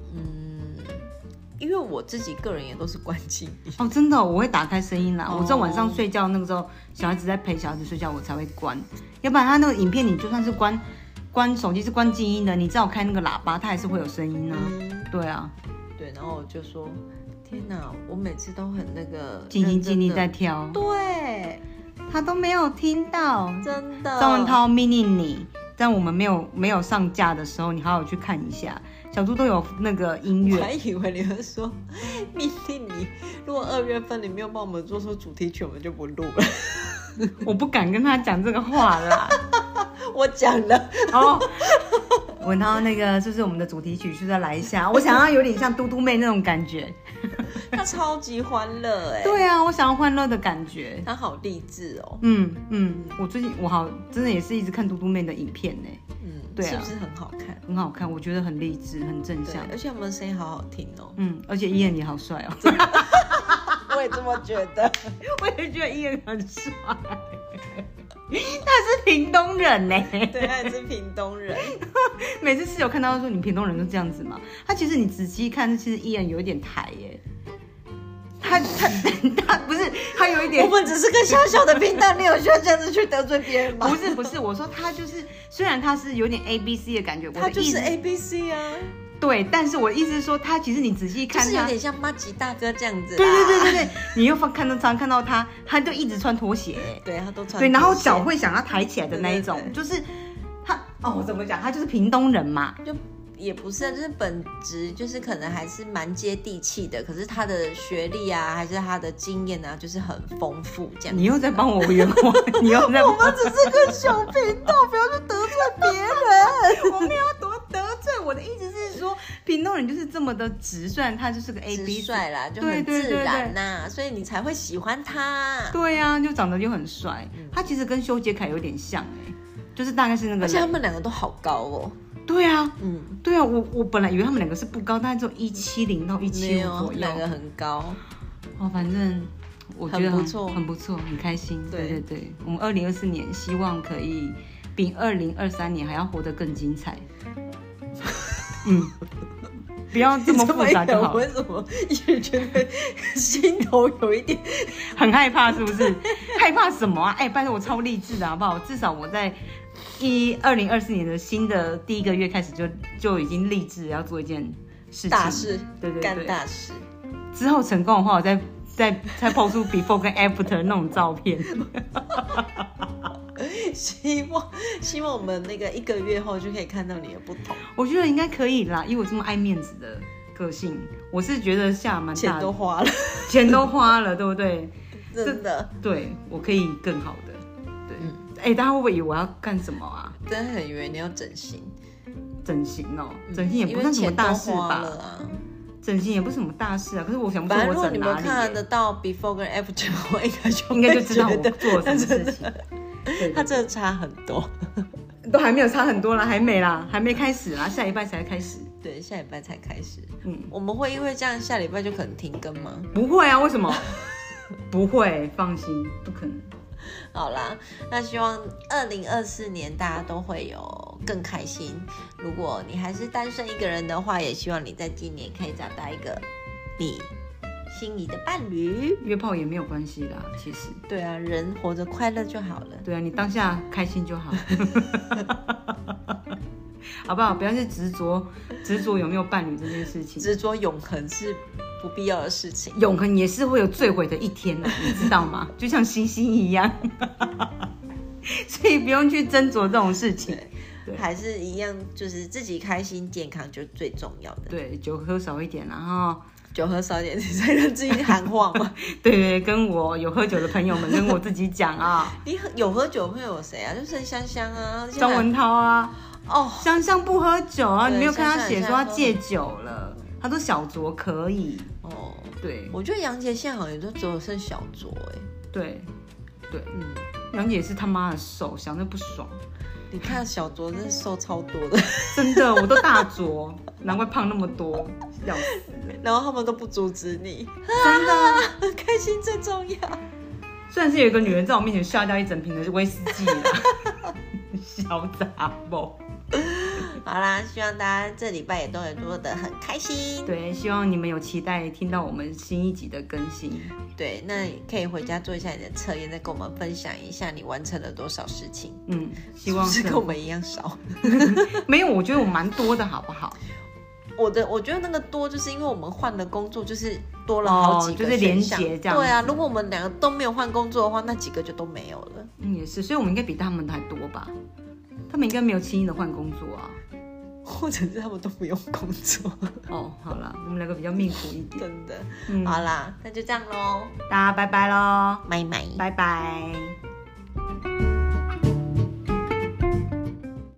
因为我自己个人也都是关静音哦，真的、哦，我会打开声音啦。哦、我在晚上睡觉那个时候，小孩子在陪小孩子睡觉，我才会关。要不然他那个影片，你就算是关关手机是关静音的，你只要开那个喇叭，它还是会有声音啊。嗯、对啊， 对。然后我就说，天哪，我每次都很那个尽心尽力在挑， 对， 他都没有听到， 真的。 张文涛 mini 你，但我们没有没有上架的时候，你好好去看一下。小猪都有那个音乐， 我还以为你会说命令你，如果二月份你没有帮我们做出主题曲，我们就不录了。 我不敢跟他讲这个话啦。 我讲了。 哦，文涛那个是不是我们的主题曲？是再来一下，我想要有点像嘟嘟妹那种感觉。 他超级欢乐哎。 对啊，我想要欢乐的感觉。 他好励志哦。 嗯嗯，我最近我好真的也是一直看嘟嘟妹的影片呢。 嗯，对啊，是不是很好看？ 很好看，我觉得很励志，很正向， 而且他们的声音好好听哦。 嗯，而且伊恩也好帅哦。 我也这么觉得， 我也觉得伊恩很帅。他是屏东人呢， 对，他也是屏东人。 每次室友看到说你屏东人都这样子嘛，他其实你仔细看，其实伊恩有一点台耶。他他他不是他有一点， 我们只是个小小的频道，你有需要这样子去得罪别人吗？ 不是不是，我说他就是虽然他是有点 A B C 的感觉， 他就是 A B C 啊。 对，但是我的意思是说，他其实你仔细看他， 就是有点像麻吉大哥这样子。 对对对对对，你又看到常看到他，他就一直穿拖鞋， 对他都穿拖鞋， 对，然后脚会想要抬起来的那一种， 对对对就是他哦，我怎么讲？他就是屏东人嘛， 就。也不是，就是本质就是可能还是蛮接地气的，可是他的学历啊，还是他的经验啊，就是很丰富这样。 你又在帮我圆谎，你又在。 我们只是个小频道，不要去得罪别人。 我没有多得罪，我的意思是说，屏东人就是这么的直，虽然他就是个 A B 帅啦，就很自然呐、啊，所以你才会喜欢他。 对呀、啊，就长得就很帅、嗯。他其实跟修杰楷有点像哎、欸，就是大概是那个。 而且他们两个都好高哦。 对啊，嗯，对啊，我我本来以为他们两个是不高，大概只有一七零到一七五左右， 两个很高。 哦，反正我觉得很不错， 很不错，很开心。 对对对对，我们二零二四年希望可以比二零二三年还要活得更精彩。嗯，不要这么复杂就好。 为什么一直觉得心头有一点很害怕？是不是？害怕什么啊？哎，拜托我超励志的好不好？至少我在。一二零二四年的新的第一个月开始就就已经立志要做一件事情， 大事， 对对对， 干大事。 之后成功的话，我再再再 po 出 before 跟 after 那种照片。 希望希望我们那个一个月后就可以看到你的不同。 我觉得应该可以啦，因为我这么爱面子的个性，我是觉得下蛮大的， 钱都花了， 钱都花了，对不对？ 真的， 对我可以更好的，对。嗯哎、欸，大家会不会以为我要干什么啊？ 真的很以为你要整形， 整形哦、喔，整形也不算什么大事吧？ 啊、 整形也不是什么大事啊。可是我想不出我整哪里、欸。 反正如果你们看得到 before 跟 after， 我应该就应该就知道我做了什么事情。 对，他真的差很多， 都还没有差很多啦，还没啦，还没开始啦，下礼拜才开始。 对，下礼拜才开始。嗯，我们会因为这样下礼拜就可能停更吗？ 不会啊，为什么？不会，放心，不可能。 好啦，那希望二零二四年大家都会有更开心。如果你还是单身一个人的话，也希望你在今年可以找到一个你心仪的伴侣。 约炮也没有关系啦，其实。 对啊，人活着快乐就好了。 对啊，你当下开心就好。好不好？不要去执着执着有没有伴侣这件事情。 执着永恒是不必要的事情。 永恒也是会有坠毁的一天的，你知道吗？就像星星一样。所以不用去斟酌这种事情。 对，还是一样，就是自己开心健康就最重要的。 对，酒喝少一点，然后酒喝少一点，你才让自己喊话嘛。 对对，跟我有喝酒的朋友们，跟我自己讲啊。 你有喝酒会有谁啊？就剩香香啊， 张文涛啊。 哦， 香香不喝酒啊，你没有看他写说他戒酒了，他说小酌可以。哦，对， 我觉得杨杰现在好像也都只有剩小酌哎。 对，对，嗯，杨姐是他妈的瘦，想着不爽。 你看小酌真的瘦超多的， 真的，我都大酌，难怪胖那么多，要死。 然后他们都不阻止你， 真的， 开心最重要。 虽然是有一个女人在我面前下掉一整瓶的威士忌啦，小杂包。 好啦，希望大家这礼拜也都能过得很开心。 对，希望你们有期待听到我们新一集的更新。 对，那可以回家做一下你的测验，再跟我们分享一下你完成了多少事情。 嗯，希望是, 是跟我们一样少。 没有，我觉得我蛮多的，好不好？ 我的我觉得那个多，就是因为我们换了工作，就是多了好几个、哦、 就是连结这样。 对啊，如果我们两个都没有换工作的话，那几个就都没有了。 嗯，也是，所以我们应该比他们还多吧？他们应该没有轻易的换工作啊。 或者是他们都不用工作哦。好啦，我们两个比较命苦一点， 真的。嗯、好啦，那就这样咯， 大家拜拜咯， 拜拜， 拜拜。